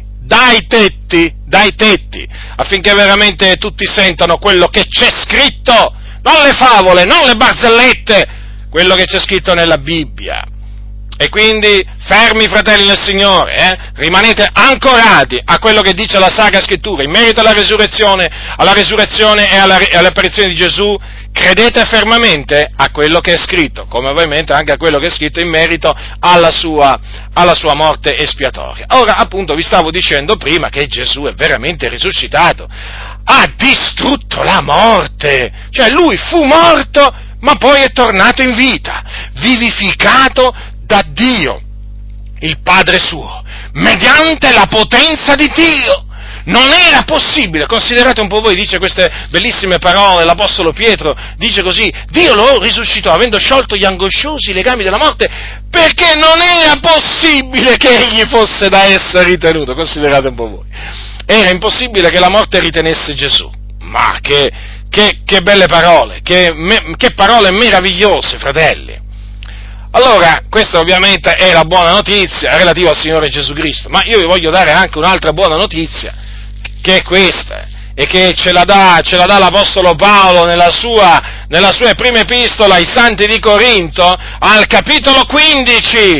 [SPEAKER 1] affinché veramente tutti sentano quello che c'è scritto, non le favole, non le barzellette, quello che c'è scritto nella Bibbia. E quindi, fermi fratelli nel Signore, rimanete ancorati a quello che dice la Sacra Scrittura in merito alla resurrezione e all'apparizione di Gesù. Credete fermamente a quello che è scritto, come ovviamente anche a quello che è scritto in merito alla sua morte espiatoria. Ora, appunto, vi stavo dicendo prima che Gesù è veramente risuscitato, ha distrutto la morte, cioè lui fu morto, ma poi è tornato in vita, vivificato da Dio, il Padre suo, mediante la potenza di Dio. Non era possibile, considerate un po' voi, dice queste bellissime parole, l'Apostolo Pietro dice così: Dio lo risuscitò avendo sciolto gli angosciosi legami della morte, perché non era possibile che egli fosse da essa ritenuto. Considerate un po' voi. Era impossibile che la morte ritenesse Gesù. Ma che belle parole, che parole meravigliose, fratelli. Allora, questa ovviamente è la buona notizia relativa al Signore Gesù Cristo, ma io vi voglio dare anche un'altra buona notizia, che è questa, e che ce la dà l'Apostolo Paolo nella sua prima epistola ai Santi di Corinto, al capitolo 15,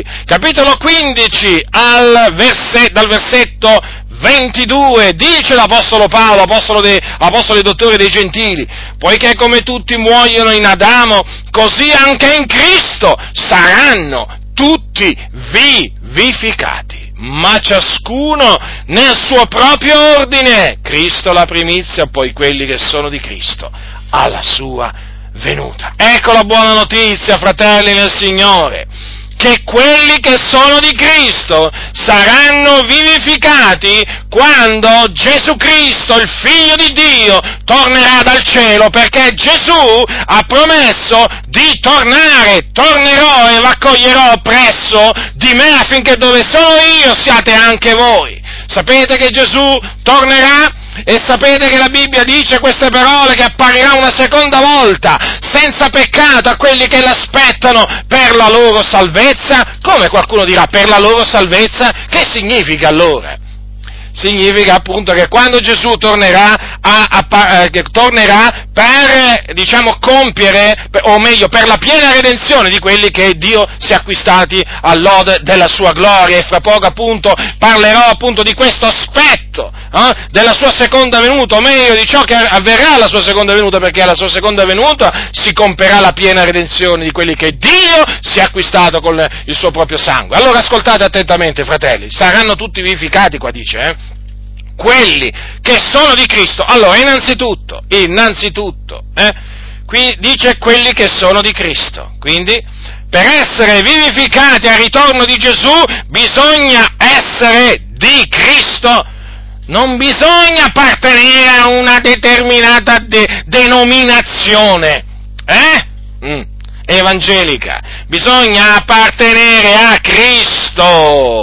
[SPEAKER 1] dal versetto 22, dice l'Apostolo Paolo, apostolo e dottore dei Gentili: poiché come tutti muoiono in Adamo, così anche in Cristo saranno tutti vivificati, ma ciascuno nel suo proprio ordine, Cristo la primizia, poi quelli che sono di Cristo alla sua venuta. Ecco la buona notizia, fratelli nel Signore, che quelli che sono di Cristo saranno vivificati quando Gesù Cristo, il Figlio di Dio, tornerà dal cielo, perché Gesù ha promesso di tornerò e v'accoglierò presso di me, affinché dove sono io siate anche voi. Sapete che Gesù tornerà? E sapete che la Bibbia dice queste parole, che apparirà una seconda volta, senza peccato, a quelli che l'aspettano per la loro salvezza? Come qualcuno dirà, per la loro salvezza? Che significa allora? Significa appunto che quando Gesù tornerà per, compiere, o meglio, per la piena redenzione di quelli che Dio si è acquistati all'ode della sua gloria. E fra poco appunto parlerò appunto di questo aspetto, della sua seconda venuta, o meglio di ciò che avverrà alla sua seconda venuta, perché alla sua seconda venuta si compierà la piena redenzione di quelli che Dio si è acquistato con il suo proprio sangue. Allora ascoltate attentamente, fratelli, saranno tutti vivificati, qua dice, quelli che sono di Cristo. Allora, innanzitutto, qui dice quelli che sono di Cristo, quindi per essere vivificati al ritorno di Gesù bisogna essere di Cristo, non bisogna appartenere a una determinata denominazione, evangelica, bisogna appartenere a Cristo,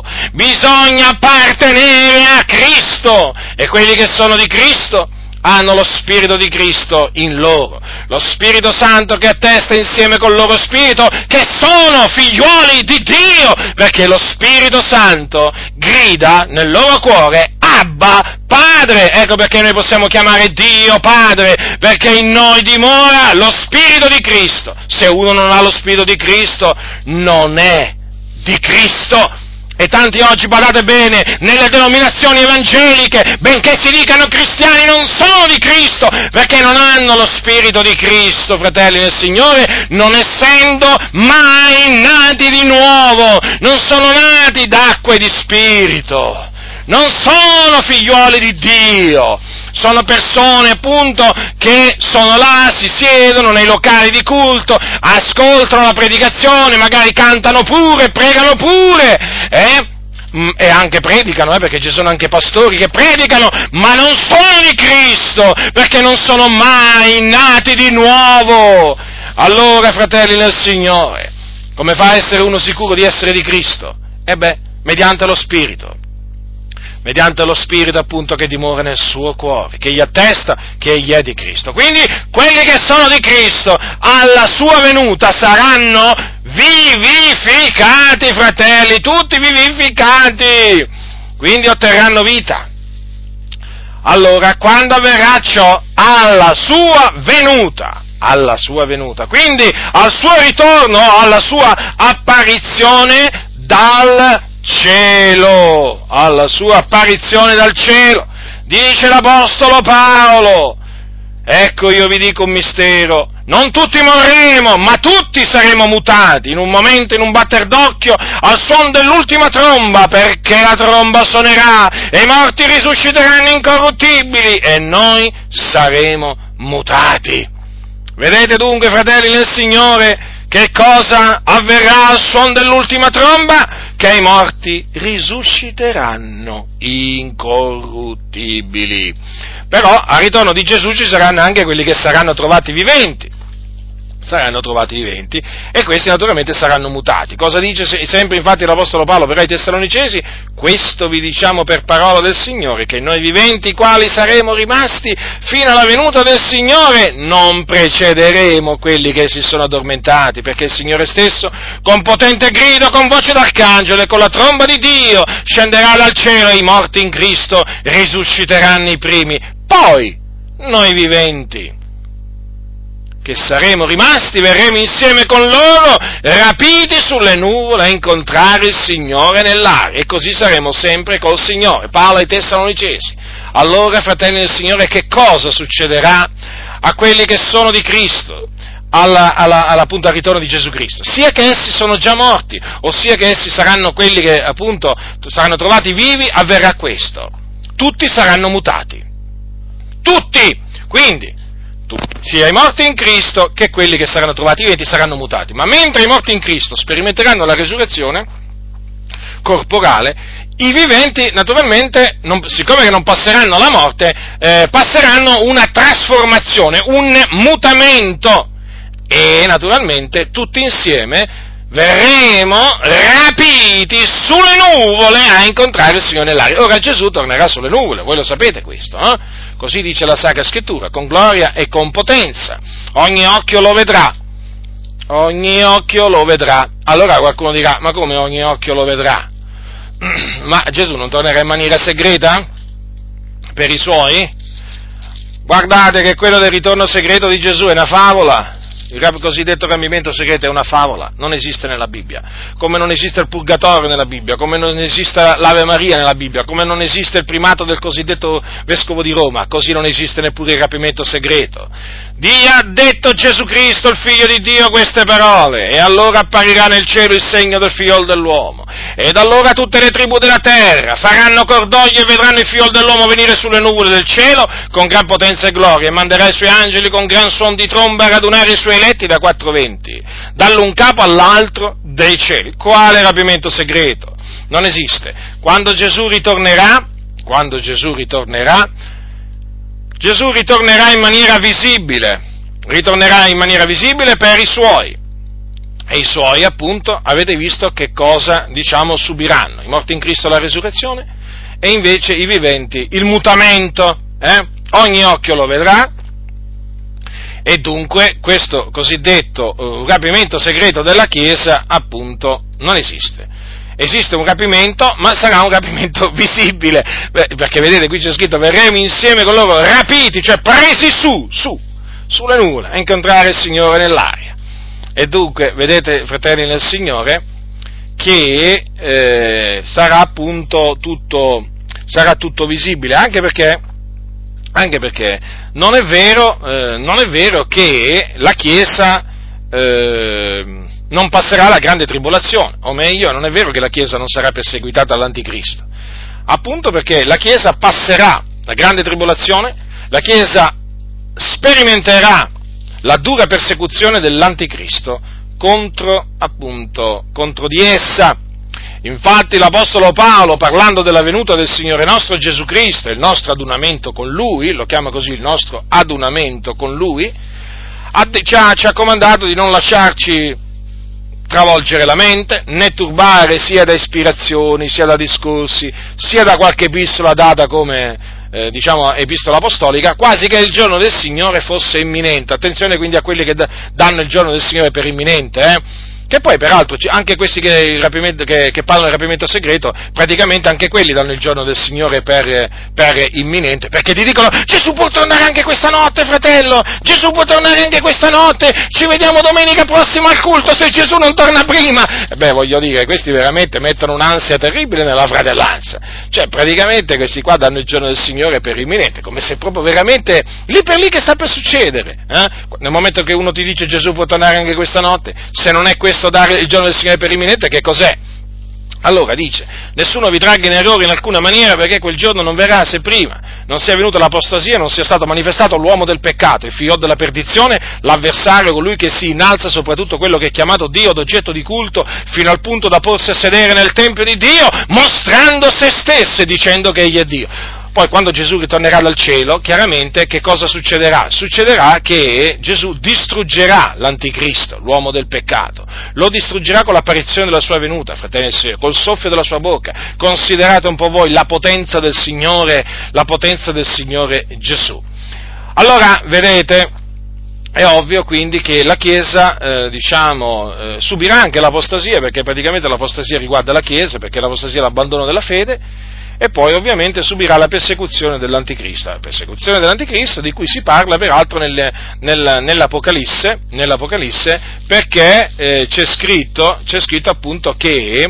[SPEAKER 1] e quelli che sono di Cristo hanno lo Spirito di Cristo in loro, lo Spirito Santo che attesta insieme col loro spirito che sono figliuoli di Dio, perché lo Spirito Santo grida nel loro cuore: Abba, Padre. Ecco perché noi possiamo chiamare Dio Padre, perché in noi dimora lo Spirito di Cristo. Se uno non ha lo Spirito di Cristo, non è di Cristo. E tanti oggi, badate bene, nelle denominazioni evangeliche, benché si dicano cristiani, non sono di Cristo, perché non hanno lo Spirito di Cristo, fratelli nel Signore, non essendo mai nati di nuovo, non sono nati d'acqua e di Spirito, non sono figliuoli di Dio, sono persone appunto che sono là, si siedono nei locali di culto, ascoltano la predicazione, magari cantano pure, pregano pure, e anche predicano, perché ci sono anche pastori che predicano, ma non sono di Cristo, perché non sono mai nati di nuovo. Allora, fratelli nel Signore, come fa a essere uno sicuro di essere di Cristo? Mediante lo Spirito appunto che dimora nel suo cuore, che gli attesta che egli è di Cristo. Quindi quelli che sono di Cristo alla sua venuta saranno vivificati, fratelli, tutti vivificati, quindi otterranno vita. Allora, quando avverrà ciò? Alla sua venuta, quindi al suo ritorno, alla sua apparizione dal cielo, dice l'Apostolo Paolo. Ecco, io vi dico un mistero, non tutti morremo, ma tutti saremo mutati, in un momento, in un batter d'occhio, al suono dell'ultima tromba, perché la tromba suonerà, e i morti risusciteranno incorruttibili, e noi saremo mutati. Vedete dunque, fratelli nel Signore, che cosa avverrà al suono dell'ultima tromba? Che i morti risusciteranno incorruttibili. Però al ritorno di Gesù ci saranno anche quelli che saranno trovati viventi, e questi naturalmente saranno mutati. Cosa dice sempre infatti l'Apostolo Paolo per ai Tessalonicesi? Questo vi diciamo per parola del Signore, che noi viventi, quali saremo rimasti fino alla venuta del Signore, non precederemo quelli che si sono addormentati, perché il Signore stesso, con potente grido, con voce d'arcangelo e con la tromba di Dio, scenderà dal cielo, e i morti in Cristo risusciteranno i primi. Poi, noi viventi, che saremo rimasti, verremo insieme con loro, rapiti sulle nuvole a incontrare il Signore nell'aria, e così saremo sempre col Signore. Paolo ai Tessalonicesi. Allora, fratelli del Signore, che cosa succederà a quelli che sono di Cristo, appunto al ritorno di Gesù Cristo? Sia che essi sono già morti, o sia che essi saranno quelli che appunto saranno trovati vivi, avverrà questo: tutti saranno mutati. Tutti! Quindi, sia i morti in Cristo che quelli che saranno trovati viventi saranno mutati. Ma mentre i morti in Cristo sperimenteranno la resurrezione corporale, i viventi naturalmente, siccome che non passeranno la morte, passeranno una trasformazione, un mutamento, e naturalmente tutti insieme verremo rapiti sulle nuvole a incontrare il Signore nell'aria. Ora Gesù tornerà sulle nuvole, voi lo sapete questo, eh? Così dice la Sacra Scrittura, con gloria e con potenza. Ogni occhio lo vedrà. Allora qualcuno dirà: ma come ogni occhio lo vedrà? Ma Gesù non tornerà in maniera segreta per i suoi? Guardate che quello del ritorno segreto di Gesù è una favola. Il cosiddetto cambiamento segreto è una favola, non esiste nella Bibbia, come non esiste il purgatorio nella Bibbia, come non esiste l'Ave Maria nella Bibbia, come non esiste il primato del cosiddetto vescovo di Roma, così non esiste neppure il rapimento segreto. Dio ha detto Gesù Cristo, il Figlio di Dio, queste parole: e allora apparirà nel cielo il segno del Figlio dell'uomo, ed allora tutte le tribù della terra faranno cordoglio e vedranno il Figlio dell'uomo venire sulle nuvole del cielo con gran potenza e gloria, e manderà i suoi angeli con gran suon di tromba a radunare i suoi eletti da quattro venti, dall'un capo all'altro dei cieli. Quale rapimento segreto? Non esiste. Quando Gesù ritornerà, Gesù ritornerà in maniera visibile per i suoi, e i suoi appunto avete visto che cosa, subiranno: i morti in Cristo la resurrezione, e invece i viventi il mutamento, ogni occhio lo vedrà. E dunque questo cosiddetto rapimento segreto della Chiesa appunto non esiste. Esiste un rapimento, ma sarà un rapimento visibile, perché vedete qui c'è scritto: verremo insieme con loro rapiti, cioè presi sulle nuvole a incontrare il Signore nell'aria. E dunque vedete, fratelli nel Signore, che sarà appunto tutto visibile, anche perché non è vero che la Chiesa non passerà la grande tribolazione, o meglio, non è vero che la Chiesa non sarà perseguitata dall'Anticristo, appunto perché la Chiesa passerà la grande tribolazione, la Chiesa sperimenterà la dura persecuzione dell'Anticristo contro di essa. Infatti l'Apostolo Paolo, parlando della venuta del Signore nostro Gesù Cristo e il nostro adunamento con Lui, lo chiama così, il nostro adunamento con Lui, ci ha comandato di non lasciarci travolgere la mente, né turbare sia da ispirazioni, sia da discorsi, sia da qualche epistola data come, epistola apostolica, quasi che il giorno del Signore fosse imminente. Attenzione quindi a quelli che danno il giorno del Signore per imminente, Che poi, peraltro, anche questi che parlano del rapimento segreto, praticamente anche quelli danno il giorno del Signore per imminente, perché ti dicono: Gesù può tornare anche questa notte, fratello, Gesù può tornare anche questa notte, ci vediamo domenica prossima al culto se Gesù non torna prima. Voglio dire, questi veramente mettono un'ansia terribile nella fratellanza, cioè praticamente questi qua danno il giorno del Signore per imminente, come se proprio veramente lì per lì che sta per succedere, Nel momento che uno ti dice Gesù può tornare anche questa notte, se non è questo dare il giorno del Signore per imminente, che cos'è? Allora dice: nessuno vi tragga in errore in alcuna maniera, perché quel giorno non verrà se prima non sia venuta l'apostasia, non sia stato manifestato l'uomo del peccato, il figlio della perdizione, l'avversario, colui che si innalza soprattutto quello che è chiamato Dio d'oggetto di culto, fino al punto da porsi a sedere nel tempio di Dio, mostrando se stesso e dicendo che egli è Dio. Poi quando Gesù ritornerà dal cielo, chiaramente che cosa succederà? Succederà che Gesù distruggerà l'anticristo, l'uomo del peccato, lo distruggerà con l'apparizione della sua venuta, fratelli e sorelle, col soffio della sua bocca. Considerate un po' voi la potenza del Signore Gesù. Allora, vedete, è ovvio quindi che la Chiesa, subirà anche l'apostasia, perché praticamente l'apostasia riguarda la Chiesa, perché l'apostasia è l'abbandono della fede. E poi ovviamente subirà la persecuzione dell'anticristo di cui si parla peraltro nell'Apocalisse, perché c'è scritto appunto che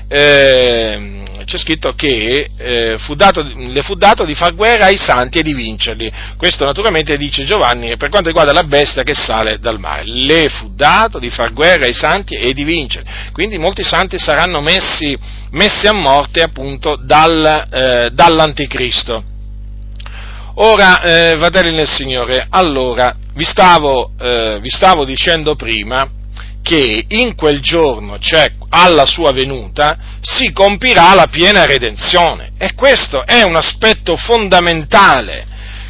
[SPEAKER 1] le fu dato di far guerra ai santi e di vincerli. Questo naturalmente dice Giovanni per quanto riguarda la bestia che sale dal mare. Le fu dato di far guerra ai santi e di vincerli. Quindi molti santi saranno messi a morte appunto dall'anticristo. Ora, fratelli nel Signore, allora vi stavo dicendo prima che in quel giorno, cioè alla sua venuta, si compirà la piena redenzione, e questo è un aspetto fondamentale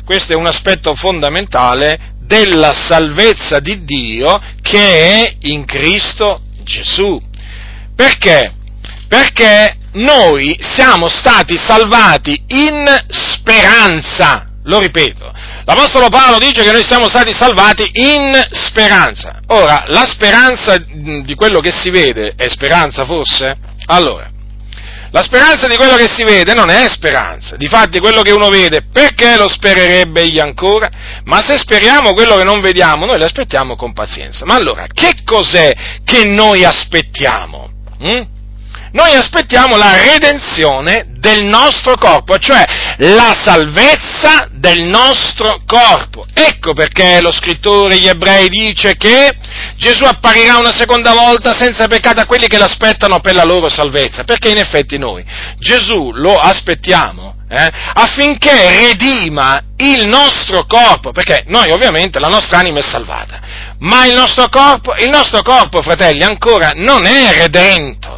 [SPEAKER 1] della salvezza di Dio che è in Cristo Gesù. Perché? Perché noi siamo stati salvati in speranza, lo ripeto. L'Apostolo Paolo dice che noi siamo stati salvati in speranza. Ora, la speranza di quello che si vede è speranza forse? Allora, la speranza di quello che si vede non è speranza. Difatti quello che uno vede, perché lo spererebbe egli ancora? Ma se speriamo quello che non vediamo, noi lo aspettiamo con pazienza. Ma allora, che cos'è che noi aspettiamo? Noi aspettiamo la redenzione del nostro corpo, cioè la salvezza del nostro corpo. Ecco perché lo scrittore agli Ebrei dice che Gesù apparirà una seconda volta senza peccato a quelli che l'aspettano per la loro salvezza, perché in effetti noi Gesù lo aspettiamo affinché redima il nostro corpo, perché noi ovviamente la nostra anima è salvata, ma il nostro corpo, fratelli, ancora non è redento,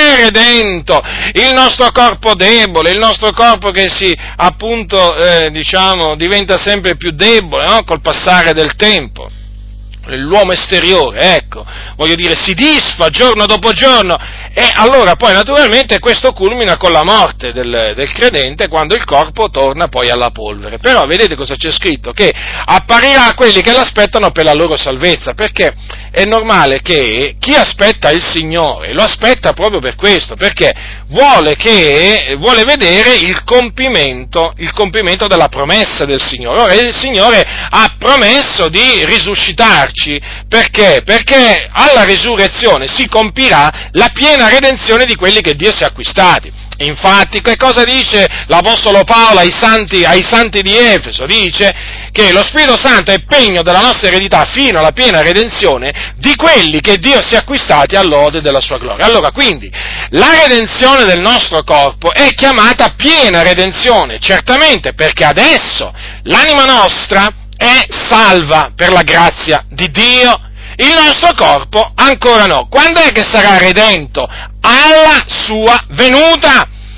[SPEAKER 1] il nostro corpo debole, il nostro corpo che diventa sempre più debole, no? Col passare del tempo. L'uomo esteriore, si disfa giorno dopo giorno, e allora poi naturalmente questo culmina con la morte del credente, quando il corpo torna poi alla polvere. Però vedete cosa c'è scritto? Che apparirà a quelli che l'aspettano per la loro salvezza, perché è normale che chi aspetta il Signore lo aspetta proprio per questo, perché vuole vedere il compimento della promessa del Signore. Ora il Signore ha promesso di risuscitarci. Perché? Perché alla risurrezione si compirà la piena redenzione di quelli che Dio si è acquistati. Infatti, che cosa dice l'Apostolo Paolo ai santi di Efeso? Dice che lo Spirito Santo è pegno della nostra eredità fino alla piena redenzione di quelli che Dio si è acquistati all'ode della sua gloria. Allora, quindi, la redenzione del nostro corpo è chiamata piena redenzione, certamente, perché adesso l'anima nostra è salva per la grazia di Dio, il nostro corpo ancora no. Quando è che sarà redento? Alla sua venuta.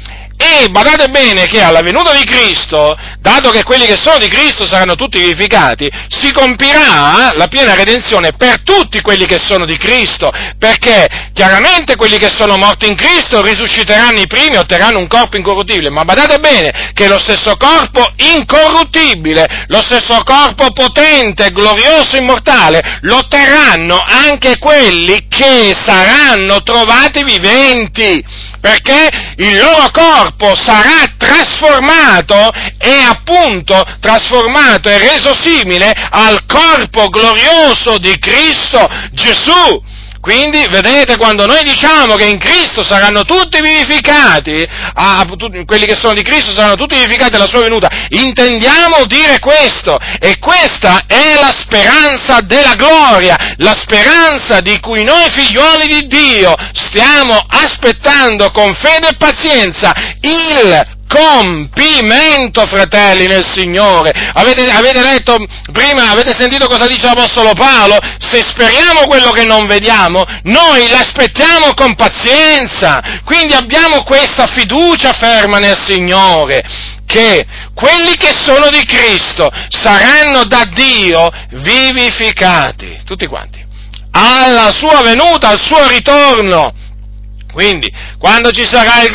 [SPEAKER 1] E badate bene che alla venuta di Cristo, dato che quelli che sono di Cristo saranno tutti vivificati, si compirà la piena redenzione per tutti quelli che sono di Cristo, perché chiaramente quelli che sono morti in Cristo risusciteranno i primi, otterranno un corpo incorruttibile, ma badate bene che lo stesso corpo incorruttibile, lo stesso corpo potente, glorioso, immortale, lo otterranno anche quelli che saranno trovati viventi, perché il loro corpo sarà trasformato e appunto trasformato e reso simile al corpo glorioso di Cristo Gesù. Quindi, vedete, quando noi diciamo che in Cristo saranno tutti vivificati, quelli che sono di Cristo saranno tutti vivificati alla sua venuta, intendiamo dire questo, e questa è la speranza della gloria, la speranza di cui noi figliuoli di Dio stiamo aspettando con fede e pazienza il compimento, fratelli nel Signore. Avete letto prima, avete sentito cosa dice l'Apostolo Paolo? Se speriamo quello che non vediamo, noi l'aspettiamo con pazienza. Quindi abbiamo questa fiducia ferma nel Signore, che quelli che sono di Cristo saranno da Dio vivificati, tutti quanti, alla sua venuta, al suo ritorno. Quindi, quando ci sarà il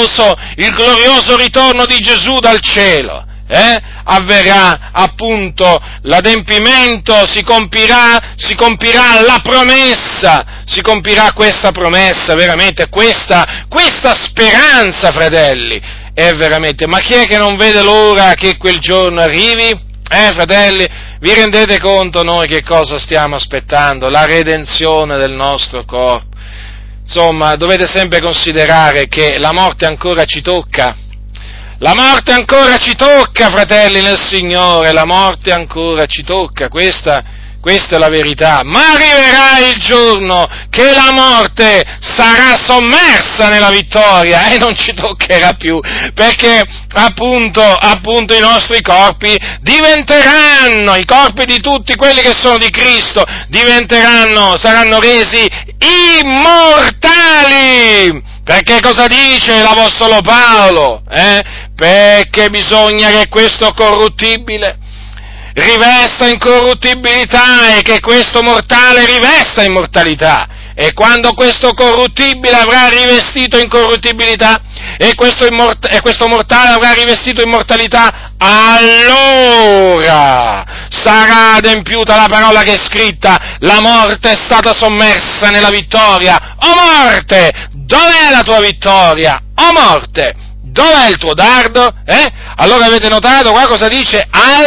[SPEAKER 1] glorioso ritorno di Gesù dal cielo, avverrà appunto l'adempimento, si compirà la promessa, si compirà questa promessa, veramente, questa speranza, fratelli, è veramente, ma chi è che non vede l'ora che quel giorno arrivi? Fratelli, vi rendete conto noi che cosa stiamo aspettando? La redenzione del nostro corpo. Insomma, dovete sempre considerare che la morte ancora ci tocca. La morte ancora ci tocca, fratelli nel Signore, la morte ancora ci tocca, questa è la verità. Ma arriverà il giorno che la morte sarà sommersa nella vittoria e non ci toccherà più, perché appunto i nostri corpi diventeranno, i corpi di tutti quelli che sono di Cristo, saranno resi immortali. Perché cosa dice l'Apostolo Paolo? Perché bisogna che questo corruttibile rivesta incorruttibilità e che questo mortale rivesta immortalità. E quando questo corruttibile avrà rivestito incorruttibilità e questo mortale avrà rivestito immortalità, allora sarà adempiuta la parola che è scritta: la morte è stata sommersa nella vittoria. O morte, dov'è la tua vittoria? O morte, dov'è il tuo dardo? Allora avete notato qua cosa dice?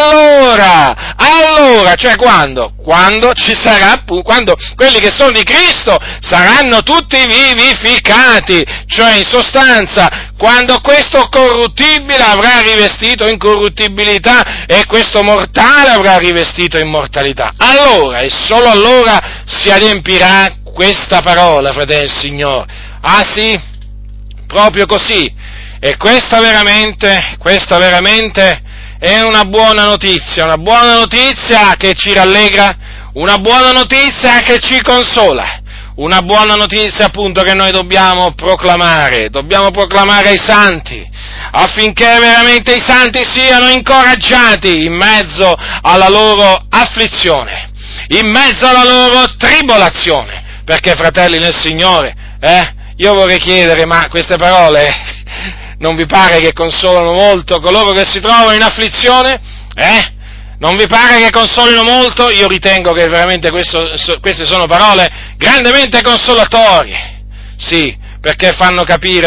[SPEAKER 1] Allora, cioè quando? Quando ci sarà, quando quelli che sono di Cristo saranno tutti vivificati, cioè in sostanza, quando questo corruttibile avrà rivestito incorruttibilità e questo mortale avrà rivestito immortalità. Allora, e solo allora si adempirà questa parola, fratelli del Signore. Ah sì? Proprio così. E questa veramente è una buona notizia che ci rallegra, una buona notizia che ci consola, una buona notizia appunto che noi dobbiamo proclamare ai santi, affinché veramente i santi siano incoraggiati in mezzo alla loro afflizione, in mezzo alla loro tribolazione, perché fratelli nel Signore, io vorrei chiedere, ma queste parole non vi pare che consolano molto coloro che si trovano in afflizione? Non vi pare che consolino molto? Io ritengo che veramente queste sono parole grandemente consolatorie. Sì, perché fanno capire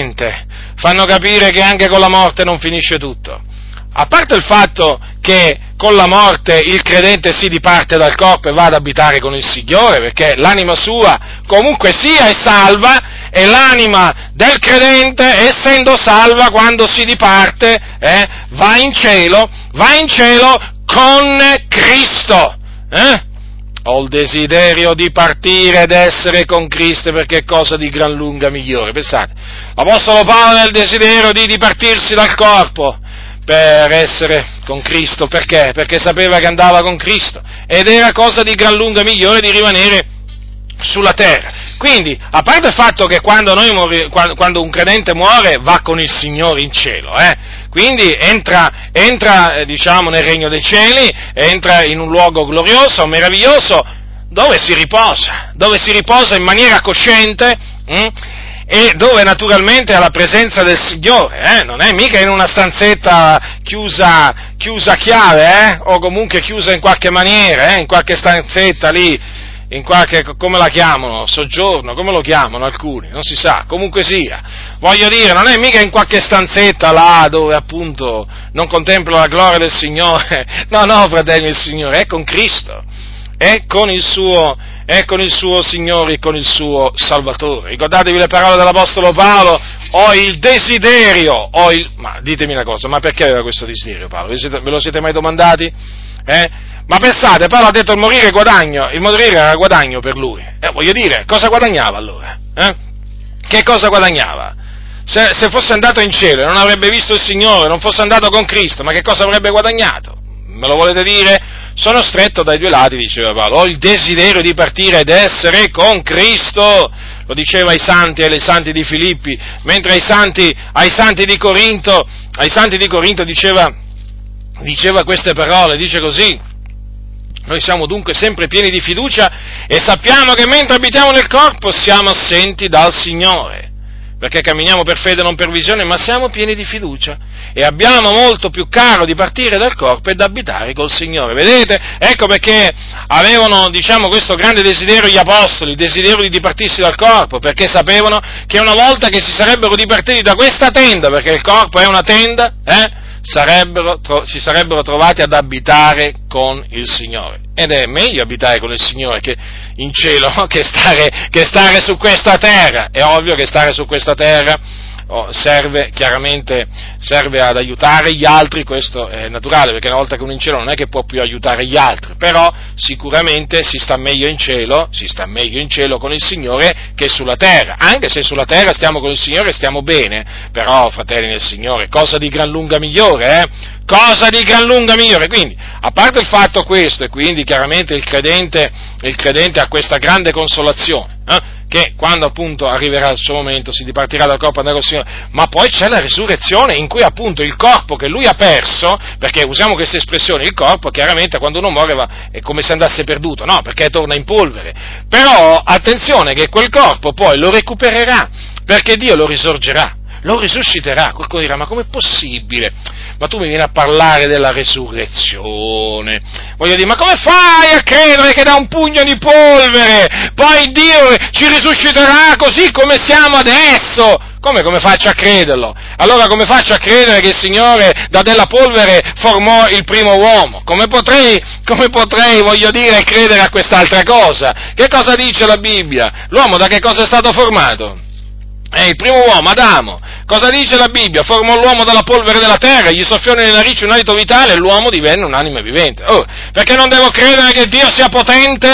[SPEAKER 1] che anche con la morte non finisce tutto. A parte il fatto che con la morte il credente si diparte dal corpo e va ad abitare con il Signore, perché l'anima sua comunque sia è salva, e l'anima del credente, essendo salva, quando si diparte, va in cielo con Cristo. Ho il desiderio di partire ed essere con Cristo, perché è cosa di gran lunga migliore. Pensate, l'Apostolo Paolo ha il desiderio di dipartirsi dal corpo per essere con Cristo. Perché? Perché sapeva che andava con Cristo, ed era cosa di gran lunga migliore di rimanere sulla terra. Quindi, a parte il fatto che quando un credente muore va con il Signore in cielo, quindi entra diciamo nel regno dei cieli, entra in un luogo glorioso, meraviglioso, dove si riposa in maniera cosciente, e dove naturalmente ha la presenza del Signore, non è mica in una stanzetta chiusa a chiave, o comunque chiusa in qualche maniera, in qualche stanzetta lì, in qualche, come la chiamano, soggiorno, come lo chiamano alcuni, non si sa, comunque sia, voglio dire, non è mica in qualche stanzetta là dove appunto non contempla la gloria del Signore, no fratelli, il Signore è con Cristo, è con il suo Signore e con il suo Salvatore. Ricordatevi le parole dell'Apostolo Paolo: ho il desiderio, ma ditemi una cosa, ma perché aveva questo desiderio Paolo? Ve lo siete mai domandati? Ma pensate, Paolo ha detto il morire era guadagno per lui. Voglio dire, cosa guadagnava allora? Che cosa guadagnava? Se fosse andato in cielo e non avrebbe visto il Signore, non fosse andato con Cristo, ma che cosa avrebbe guadagnato? Me lo volete dire? Sono stretto dai due lati, diceva Paolo, ho il desiderio di partire ed essere con Cristo, lo diceva ai santi e alle santi di Filippi, mentre ai santi di Corinto diceva queste parole, dice così: noi siamo dunque sempre pieni di fiducia e sappiamo che mentre abitiamo nel corpo siamo assenti dal Signore, perché camminiamo per fede non per visione, ma siamo pieni di fiducia e abbiamo molto più caro di partire dal corpo ed abitare col Signore. Vedete? Ecco perché avevano, questo grande desiderio gli apostoli, il desiderio di dipartirsi dal corpo, perché sapevano che una volta che si sarebbero dipartiti da questa tenda, perché il corpo è una tenda, si sarebbero trovati ad abitare con il Signore. Ed è meglio abitare con il Signore che in cielo, che stare su questa terra. È ovvio che stare su questa terra serve ad aiutare gli altri, questo è naturale, perché una volta che uno è in cielo non è che può più aiutare gli altri, però sicuramente si sta meglio in cielo con il Signore che sulla terra, anche se sulla terra stiamo con il Signore e stiamo bene, però, fratelli nel Signore, cosa di gran lunga migliore, Quindi, a parte il fatto questo, e quindi chiaramente il credente ha questa grande consolazione, che quando appunto arriverà il suo momento si dipartirà dal corpo e andrà col Signore, ma poi c'è la risurrezione in cui appunto il corpo che lui ha perso, perché usiamo questa espressione, il corpo chiaramente quando uno muore è come se andasse perduto, no? Perché torna in polvere, però attenzione che quel corpo poi lo recupererà, perché Dio lo risorgerà, lo risusciterà. Qualcuno dirà: ma com'è possibile? Ma tu mi vieni a parlare della resurrezione, voglio dire, ma come fai a credere che da un pugno di polvere poi Dio ci risusciterà così come siamo adesso? Come faccio a crederlo? Allora come faccio a credere che il Signore da della polvere formò il primo uomo? Come potrei, voglio dire, credere a quest'altra cosa? Che cosa dice la Bibbia? L'uomo da che cosa è stato formato? Il primo uomo, Adamo. Cosa dice la Bibbia? Formò l'uomo dalla polvere della terra, gli soffiò nelle narici un alito vitale e l'uomo divenne un'anima vivente. Perché non devo credere che Dio sia potente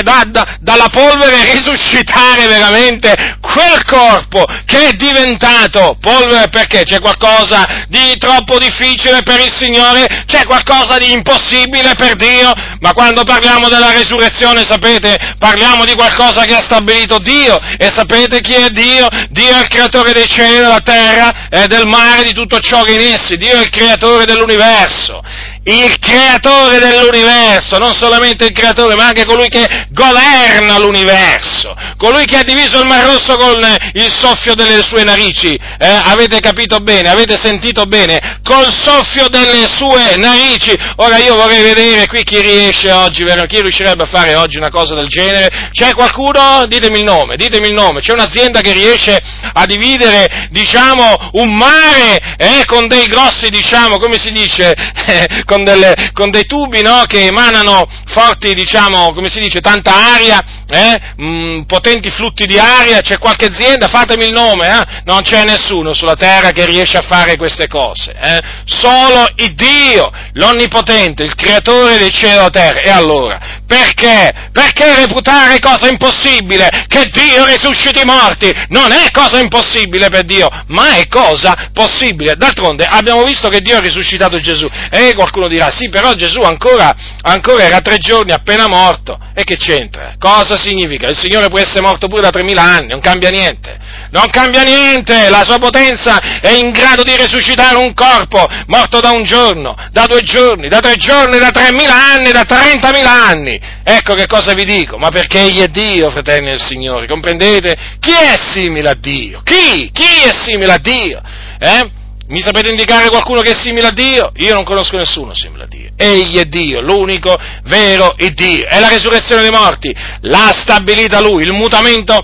[SPEAKER 1] dalla polvere risuscitare veramente quel corpo che è diventato polvere? Perché c'è qualcosa di troppo difficile per il Signore? C'è qualcosa di impossibile per Dio? Ma quando parliamo della resurrezione, sapete, parliamo di qualcosa che ha stabilito Dio, e sapete chi è Dio? Dio è il creatore dei cieli e della terra, del mare, di tutto ciò che è in essi. Dio è il creatore dell'universo. Il creatore dell'universo, non solamente il creatore, ma anche colui che governa l'universo, colui che ha diviso il Mar Rosso con il soffio delle sue narici, avete capito bene, avete sentito bene, col soffio delle sue narici. Ora io vorrei vedere qui chi riesce oggi, chi riuscirebbe a fare oggi una cosa del genere. C'è qualcuno? Ditemi il nome, c'è un'azienda che riesce a dividere, un mare, con dei grossi, come si dice, con dei tubi, no, che emanano forti, tanta aria, potenti flutti di aria. C'è qualche azienda? Fatemi il nome, Non c'è nessuno sulla terra che riesce a fare queste cose, Solo il Dio, l'Onnipotente, il Creatore dei cieli e della terra. E allora, perché? Perché reputare cosa impossibile che Dio risusciti i morti? Non è cosa impossibile per Dio, ma è cosa possibile. D'altronde abbiamo visto che Dio ha risuscitato Gesù. E qualcuno qualcuno dirà, sì, però Gesù ancora era 3 giorni appena morto. E che c'entra? Cosa significa? Il Signore può essere morto pure da 3000 anni, non cambia niente. Non cambia niente! La sua potenza è in grado di resuscitare un corpo morto da 1 giorno, da 2 giorni, da 3 giorni, da 3000 anni, da 30.000 anni. Ecco che cosa vi dico, ma perché Egli è Dio, fratelli del Signore, comprendete? Chi è simile a Dio? Chi? Chi è simile a Dio? Mi sapete indicare qualcuno che è simile a Dio? Io non conosco nessuno simile a Dio. Egli è Dio, l'unico vero Dio. È la resurrezione dei morti, l'ha stabilita Lui, il mutamento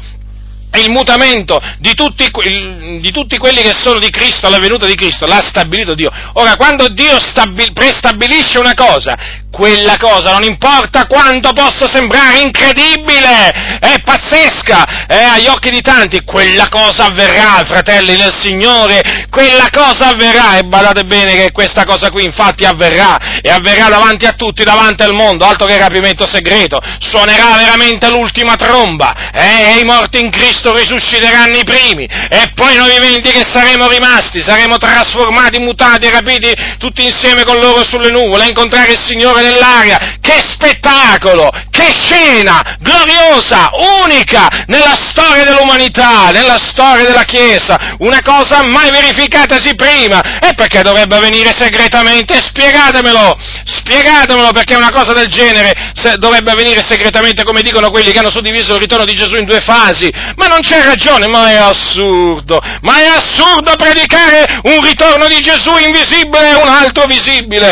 [SPEAKER 1] di tutti quelli che sono di Cristo, alla venuta di Cristo, l'ha stabilito Dio. Ora, quando Dio prestabilisce una cosa, quella cosa, non importa quanto possa sembrare incredibile, è pazzesca, agli occhi di tanti, quella cosa avverrà, fratelli del Signore, quella cosa avverrà, e badate bene che questa cosa qui infatti avverrà, e avverrà davanti a tutti, davanti al mondo, altro che rapimento segreto, suonerà veramente l'ultima tromba, e i morti in Cristo risusciteranno i primi, e poi noi viventi che saremo rimasti, saremo trasformati, mutati, rapiti tutti insieme con loro sulle nuvole, a incontrare il Signore nell'aria. Che spettacolo, che scena gloriosa, unica nella storia dell'umanità, nella storia della Chiesa, una cosa mai verificatasi prima. E perché dovrebbe avvenire segretamente? Spiegatemelo, perché una cosa del genere dovrebbe avvenire segretamente, come dicono quelli che hanno suddiviso il ritorno di Gesù in 2 fasi. Ma non c'è ragione, ma è assurdo predicare un ritorno di Gesù invisibile e un altro visibile.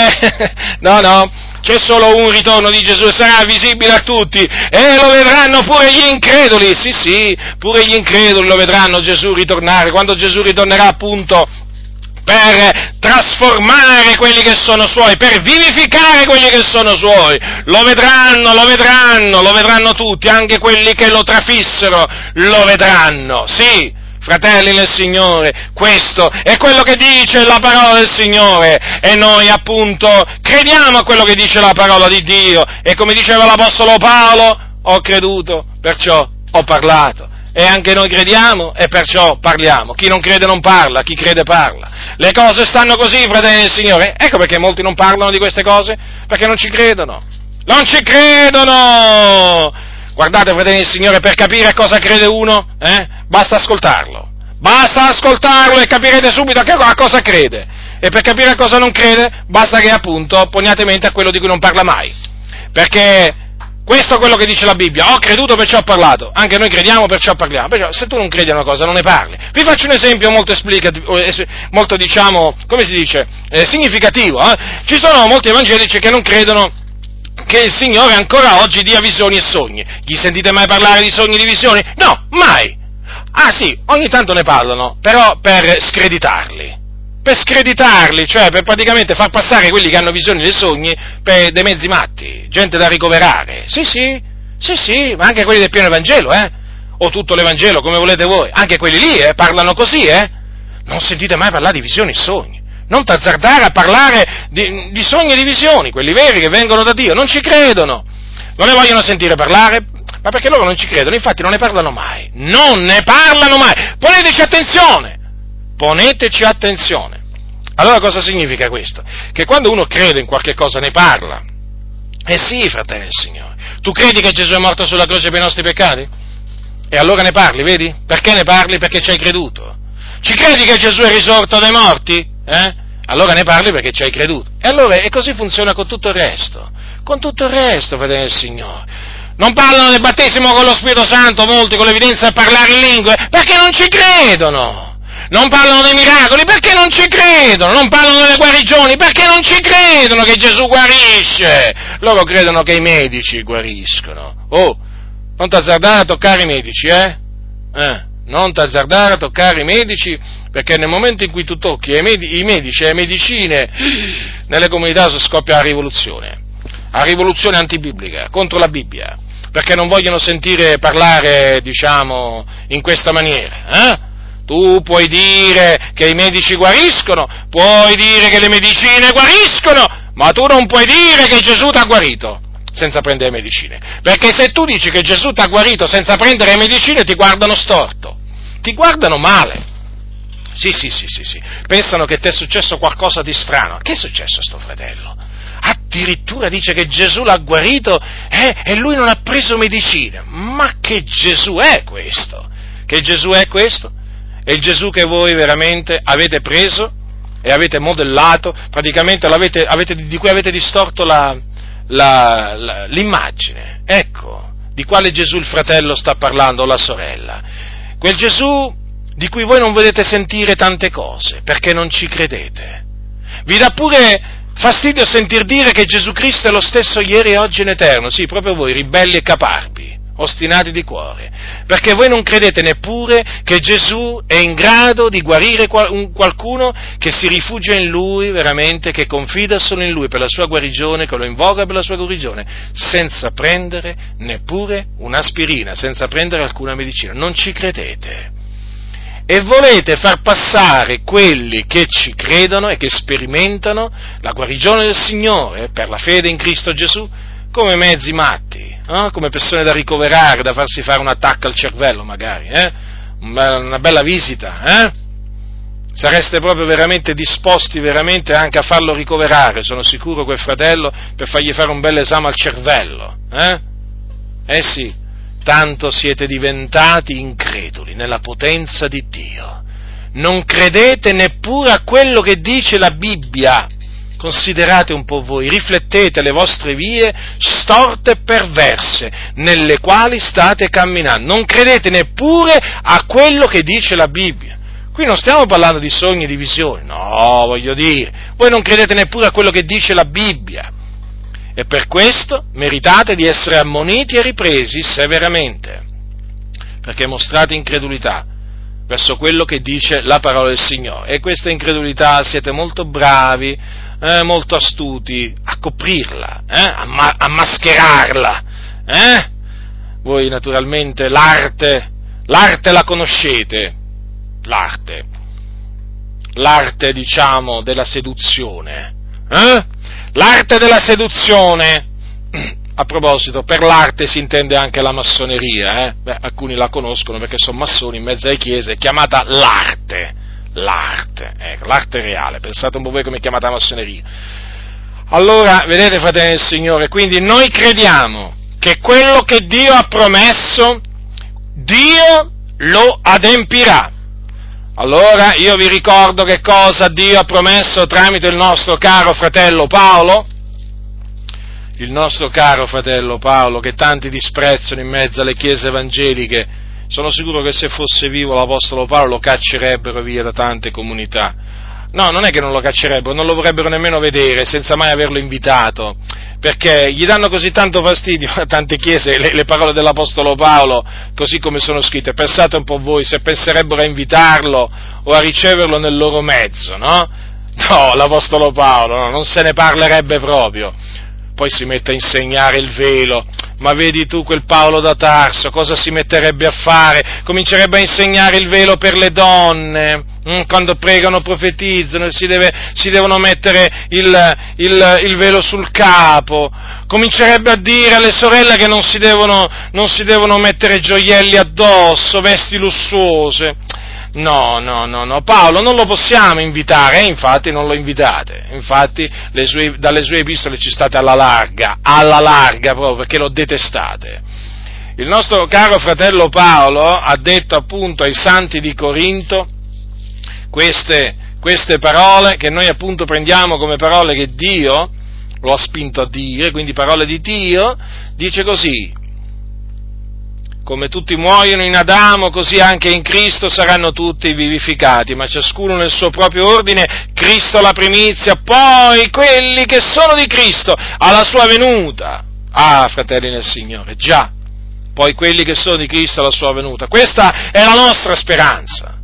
[SPEAKER 1] No, c'è solo un ritorno di Gesù, sarà visibile a tutti, e lo vedranno pure gli increduli, sì, pure gli increduli lo vedranno Gesù ritornare, quando Gesù ritornerà appunto per trasformare quelli che sono suoi, per vivificare quelli che sono suoi. Lo vedranno tutti, anche quelli che lo trafissero, lo vedranno, sì. Fratelli nel Signore, questo è quello che dice la parola del Signore, e noi appunto crediamo a quello che dice la parola di Dio, e come diceva l'Apostolo Paolo, ho creduto, perciò ho parlato. E anche noi crediamo e perciò parliamo. Chi non crede non parla, chi crede parla. Le cose stanno così, fratelli del Signore. Ecco perché molti non parlano di queste cose, perché non ci credono. Non ci credono! Guardate, fratelli del Signore, per capire a cosa crede uno, basta ascoltarlo. Basta ascoltarlo e capirete subito a cosa crede. E per capire a cosa non crede, basta che appunto poniate mente a quello di cui non parla mai. Perché questo è quello che dice la Bibbia: ho creduto perciò ho parlato, anche noi crediamo perciò parliamo. Perciò se tu non credi a una cosa non ne parli. Vi faccio un esempio molto significativo. Ci sono molti evangelici che non credono che il Signore ancora oggi dia visioni e sogni. Gli sentite mai parlare di sogni e di visioni? No, mai! Ah sì, ogni tanto ne parlano, però per screditarli, cioè per praticamente far passare quelli che hanno visioni dei sogni per dei mezzi matti, gente da ricoverare. Sì, ma anche quelli del pieno Evangelo, o tutto l'Evangelo, come volete voi, anche quelli lì, parlano così, Non sentite mai parlare di visioni e sogni. Non t'azzardare a parlare di sogni e di visioni, quelli veri che vengono da Dio, non ci credono, non ne vogliono sentire parlare, ma perché loro non ci credono, infatti non ne parlano mai, poneteci attenzione. Allora cosa significa questo? Che quando uno crede in qualche cosa ne parla. Sì, fratelli del Signore, tu credi che Gesù è morto sulla croce per i nostri peccati? E allora ne parli, vedi? Perché ne parli? Perché ci hai creduto. Ci credi che Gesù è risorto dai morti? Allora ne parli perché ci hai creduto. E così funziona con tutto il resto, fratelli del Signore. Non parlano del battesimo con lo Spirito Santo molti, con l'evidenza a parlare in lingue, perché non ci credono. Non parlano dei miracoli perché non ci credono, non parlano delle guarigioni perché non ci credono che Gesù guarisce. Loro credono che i medici guariscono. Oh, non t'azzardare a toccare i medici, Non t'azzardare a toccare i medici, perché nel momento in cui tu tocchi i medici e le medicine, nelle comunità scoppia la rivoluzione antibiblica, contro la Bibbia, perché non vogliono sentire parlare, in questa maniera, Tu puoi dire che i medici guariscono, puoi dire che le medicine guariscono, ma tu non puoi dire che Gesù t'ha guarito senza prendere medicine. Perché se tu dici che Gesù t'ha guarito senza prendere medicine, ti guardano storto, ti guardano male. Sì. Pensano che ti è successo qualcosa di strano. Che è successo a sto fratello? Addirittura dice che Gesù l'ha guarito e lui non ha preso medicina. Ma che Gesù è questo? Che Gesù è questo? È il Gesù che voi veramente avete preso e avete modellato, praticamente di cui avete distorto l'immagine. Ecco, di quale Gesù il fratello sta parlando, o la sorella. Quel Gesù di cui voi non volete sentire tante cose, perché non ci credete. Vi dà pure fastidio sentir dire che Gesù Cristo è lo stesso ieri e oggi in eterno. Sì, proprio voi, ribelli e caparbi, ostinati di cuore, perché voi non credete neppure che Gesù è in grado di guarire qualcuno che si rifugia in Lui, veramente, che confida solo in Lui per la sua guarigione, che lo invoca per la sua guarigione, senza prendere neppure un'aspirina, senza prendere alcuna medicina. Non ci credete. E volete far passare quelli che ci credono e che sperimentano la guarigione del Signore per la fede in Cristo Gesù come mezzi matti, come persone da ricoverare, da farsi fare un attacco al cervello magari, una bella visita, Sareste proprio veramente disposti veramente anche a farlo ricoverare, sono sicuro, quel fratello, per fargli fare un bel esame al cervello, sì, tanto siete diventati increduli nella potenza di Dio. Non credete neppure a quello che dice la Bibbia. Considerate un po' voi, riflettete le vostre vie storte e perverse nelle quali state camminando. Non credete neppure a quello che dice la Bibbia. Qui non stiamo parlando di sogni e di visioni, no, voglio dire, voi non credete neppure a quello che dice la Bibbia. E per questo meritate di essere ammoniti e ripresi severamente, perché mostrate incredulità verso quello che dice la parola del Signore. E questa incredulità siete molto bravi, molto astuti a coprirla, a mascherarla. Voi naturalmente l'arte la conoscete, l'arte diciamo della seduzione, l'arte della seduzione. A proposito, per l'arte si intende anche la massoneria, alcuni la conoscono perché sono massoni in mezzo alle chiese, è chiamata l'arte, l'arte reale, pensate un po' voi come è chiamata la massoneria. Allora, vedete, fratelli del Signore, quindi noi crediamo che quello che Dio ha promesso, Dio lo adempirà. Allora, io vi ricordo che cosa Dio ha promesso tramite il nostro caro fratello Paolo, che tanti disprezzano in mezzo alle chiese evangeliche. Sono sicuro che se fosse vivo l'Apostolo Paolo lo caccerebbero via da tante comunità. No, non è che non lo caccerebbero, non lo vorrebbero nemmeno vedere, senza mai averlo invitato, perché gli danno così tanto fastidio a tante chiese le parole dell'Apostolo Paolo, così come sono scritte. Pensate un po' voi se penserebbero a invitarlo o a riceverlo nel loro mezzo, no? No, l'Apostolo Paolo, no, non se ne parlerebbe proprio. Poi si mette a insegnare il velo, ma vedi tu quel Paolo da Tarso, cosa si metterebbe a fare? Comincerebbe a insegnare il velo per le donne, quando pregano, profetizzano, si devono mettere il velo sul capo, comincerebbe a dire alle sorelle che non si devono mettere gioielli addosso, vesti lussuose. No, Paolo non lo possiamo invitare, infatti non lo invitate, infatti dalle sue epistole ci state alla larga proprio, perché lo detestate. Il nostro caro fratello Paolo ha detto appunto ai santi di Corinto queste parole, che noi appunto prendiamo come parole che Dio lo ha spinto a dire, quindi parole di Dio. Dice così: come tutti muoiono in Adamo, così anche in Cristo saranno tutti vivificati, ma ciascuno nel suo proprio ordine, Cristo la primizia, poi quelli che sono di Cristo alla sua venuta. Ah, fratelli nel Signore, già, poi quelli che sono di Cristo alla sua venuta. Questa è la nostra speranza,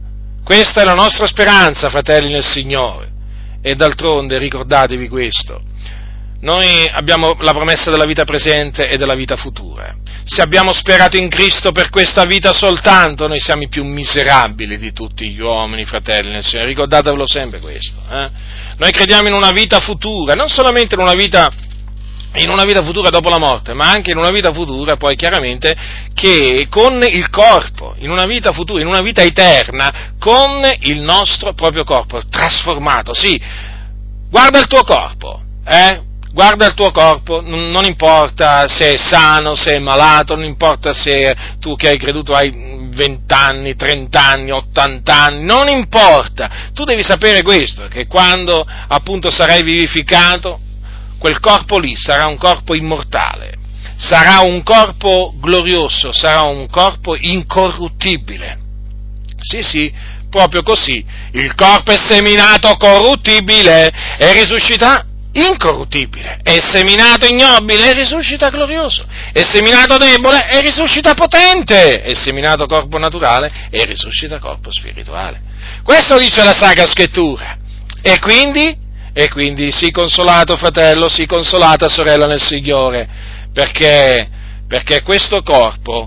[SPEAKER 1] fratelli nel Signore. E d'altronde ricordatevi questo: noi abbiamo la promessa della vita presente e della vita futura. Se abbiamo sperato in Cristo per questa vita soltanto, noi siamo i più miserabili di tutti gli uomini, fratelli nel Signore. Ricordatevelo sempre questo. Noi crediamo in una vita futura, non solamente in una vita in una vita futura dopo la morte, ma anche in una vita futura poi chiaramente che con il corpo, in una vita futura, in una vita eterna, con il nostro proprio corpo, trasformato, sì, guarda il tuo corpo, guarda il tuo corpo, non importa se è sano, se è malato, non importa se tu che hai creduto hai 20 anni, 30 anni, 80 anni, non importa, tu devi sapere questo, che quando appunto sarai vivificato, quel corpo lì sarà un corpo immortale, sarà un corpo glorioso, sarà un corpo incorruttibile. Sì, proprio così. Il corpo è seminato corruttibile e risuscita incorruttibile, è seminato ignobile e risuscita glorioso, è seminato debole e risuscita potente, è seminato corpo naturale e risuscita corpo spirituale. Questo dice la Sacra Scrittura. E quindi sii consolato, fratello, sii consolata, sorella nel Signore, perché questo corpo,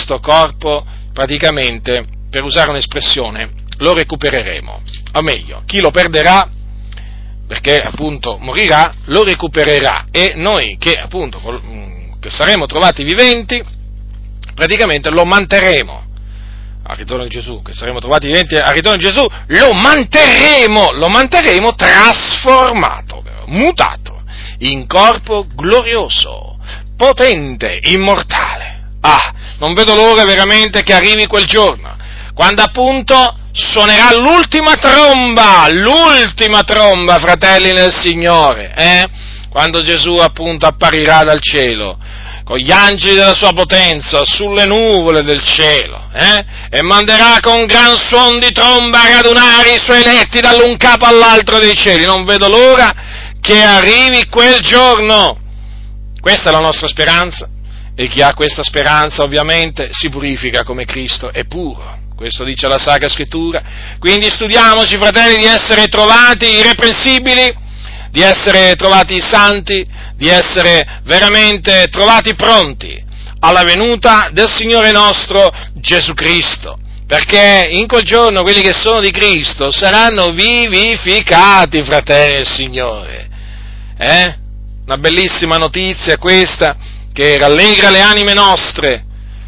[SPEAKER 1] praticamente, per usare un'espressione, lo recupereremo, o meglio, chi lo perderà, perché appunto morirà, lo recupererà, e noi che appunto che saremo trovati viventi, praticamente lo manterremo. Al ritorno di Gesù, che saremo trovati viventi al ritorno di Gesù, lo manterremo trasformato, mutato, in corpo glorioso, potente, immortale. Non vedo l'ora veramente che arrivi quel giorno, quando appunto suonerà l'ultima tromba, fratelli nel Signore, quando Gesù appunto apparirà dal cielo, con gli angeli della sua potenza, sulle nuvole del cielo, e manderà con gran suon di tromba a radunare i suoi eletti dall'un capo all'altro dei cieli. Non vedo l'ora che arrivi quel giorno. Questa è la nostra speranza, e chi ha questa speranza ovviamente si purifica come Cristo è puro. Questo dice la Sacra Scrittura. Quindi studiamoci, fratelli, di essere trovati irreprensibili, di essere trovati santi, di essere veramente trovati pronti alla venuta del Signore nostro Gesù Cristo, perché in quel giorno quelli che sono di Cristo saranno vivificati, fratelli del Signore. Una bellissima notizia questa, che rallegra le anime nostre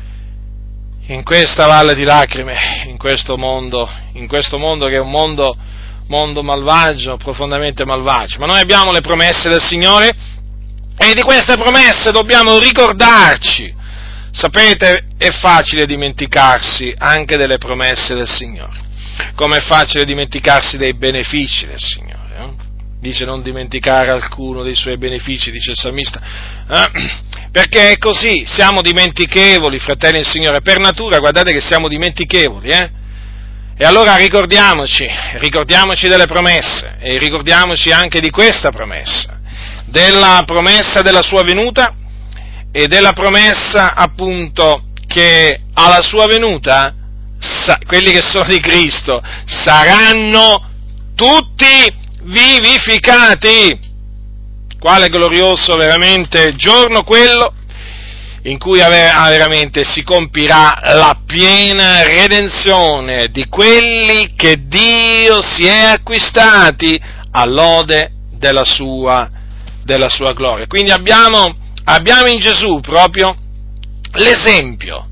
[SPEAKER 1] in questa valle di lacrime, in questo mondo che è un mondo malvagio, profondamente malvagio. Ma noi abbiamo le promesse del Signore e di queste promesse dobbiamo ricordarci. Sapete, è facile dimenticarsi anche delle promesse del Signore, come è facile dimenticarsi dei benefici del Signore. Dice non dimenticare alcuno dei suoi benefici, dice il salmista, perché è così, siamo dimentichevoli, fratelli del Signore, per natura, guardate che siamo dimentichevoli, E allora ricordiamoci delle promesse, e ricordiamoci anche di questa promessa, della promessa della sua venuta, e della promessa appunto che alla sua venuta quelli che sono di Cristo saranno tutti vivificati. Quale glorioso veramente giorno quello in cui veramente si compirà la piena redenzione di quelli che Dio si è acquistati all'ode della sua gloria. Quindi abbiamo in Gesù proprio l'esempio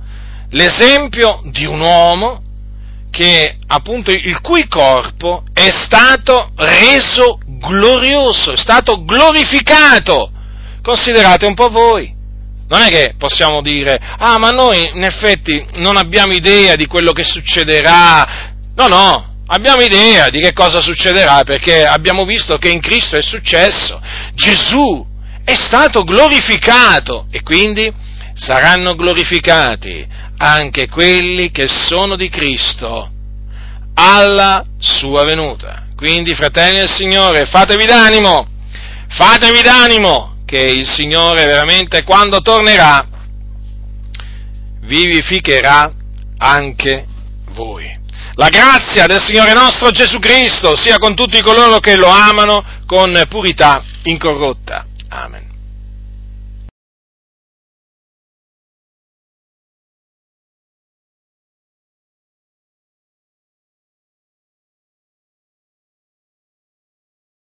[SPEAKER 1] di un uomo che appunto il cui corpo è stato reso glorioso, è stato glorificato. Considerate un po' voi. Non è che possiamo dire, ma noi in effetti non abbiamo idea di quello che succederà. No, abbiamo idea di che cosa succederà, perché abbiamo visto che in Cristo è successo. Gesù è stato glorificato, e quindi saranno glorificati anche quelli che sono di Cristo alla sua venuta. Quindi, fratelli del Signore, fatevi d'animo, che il Signore veramente, quando tornerà, vivificherà anche voi. La grazia del Signore nostro Gesù Cristo sia con tutti coloro che lo amano con purità incorrotta. Amen.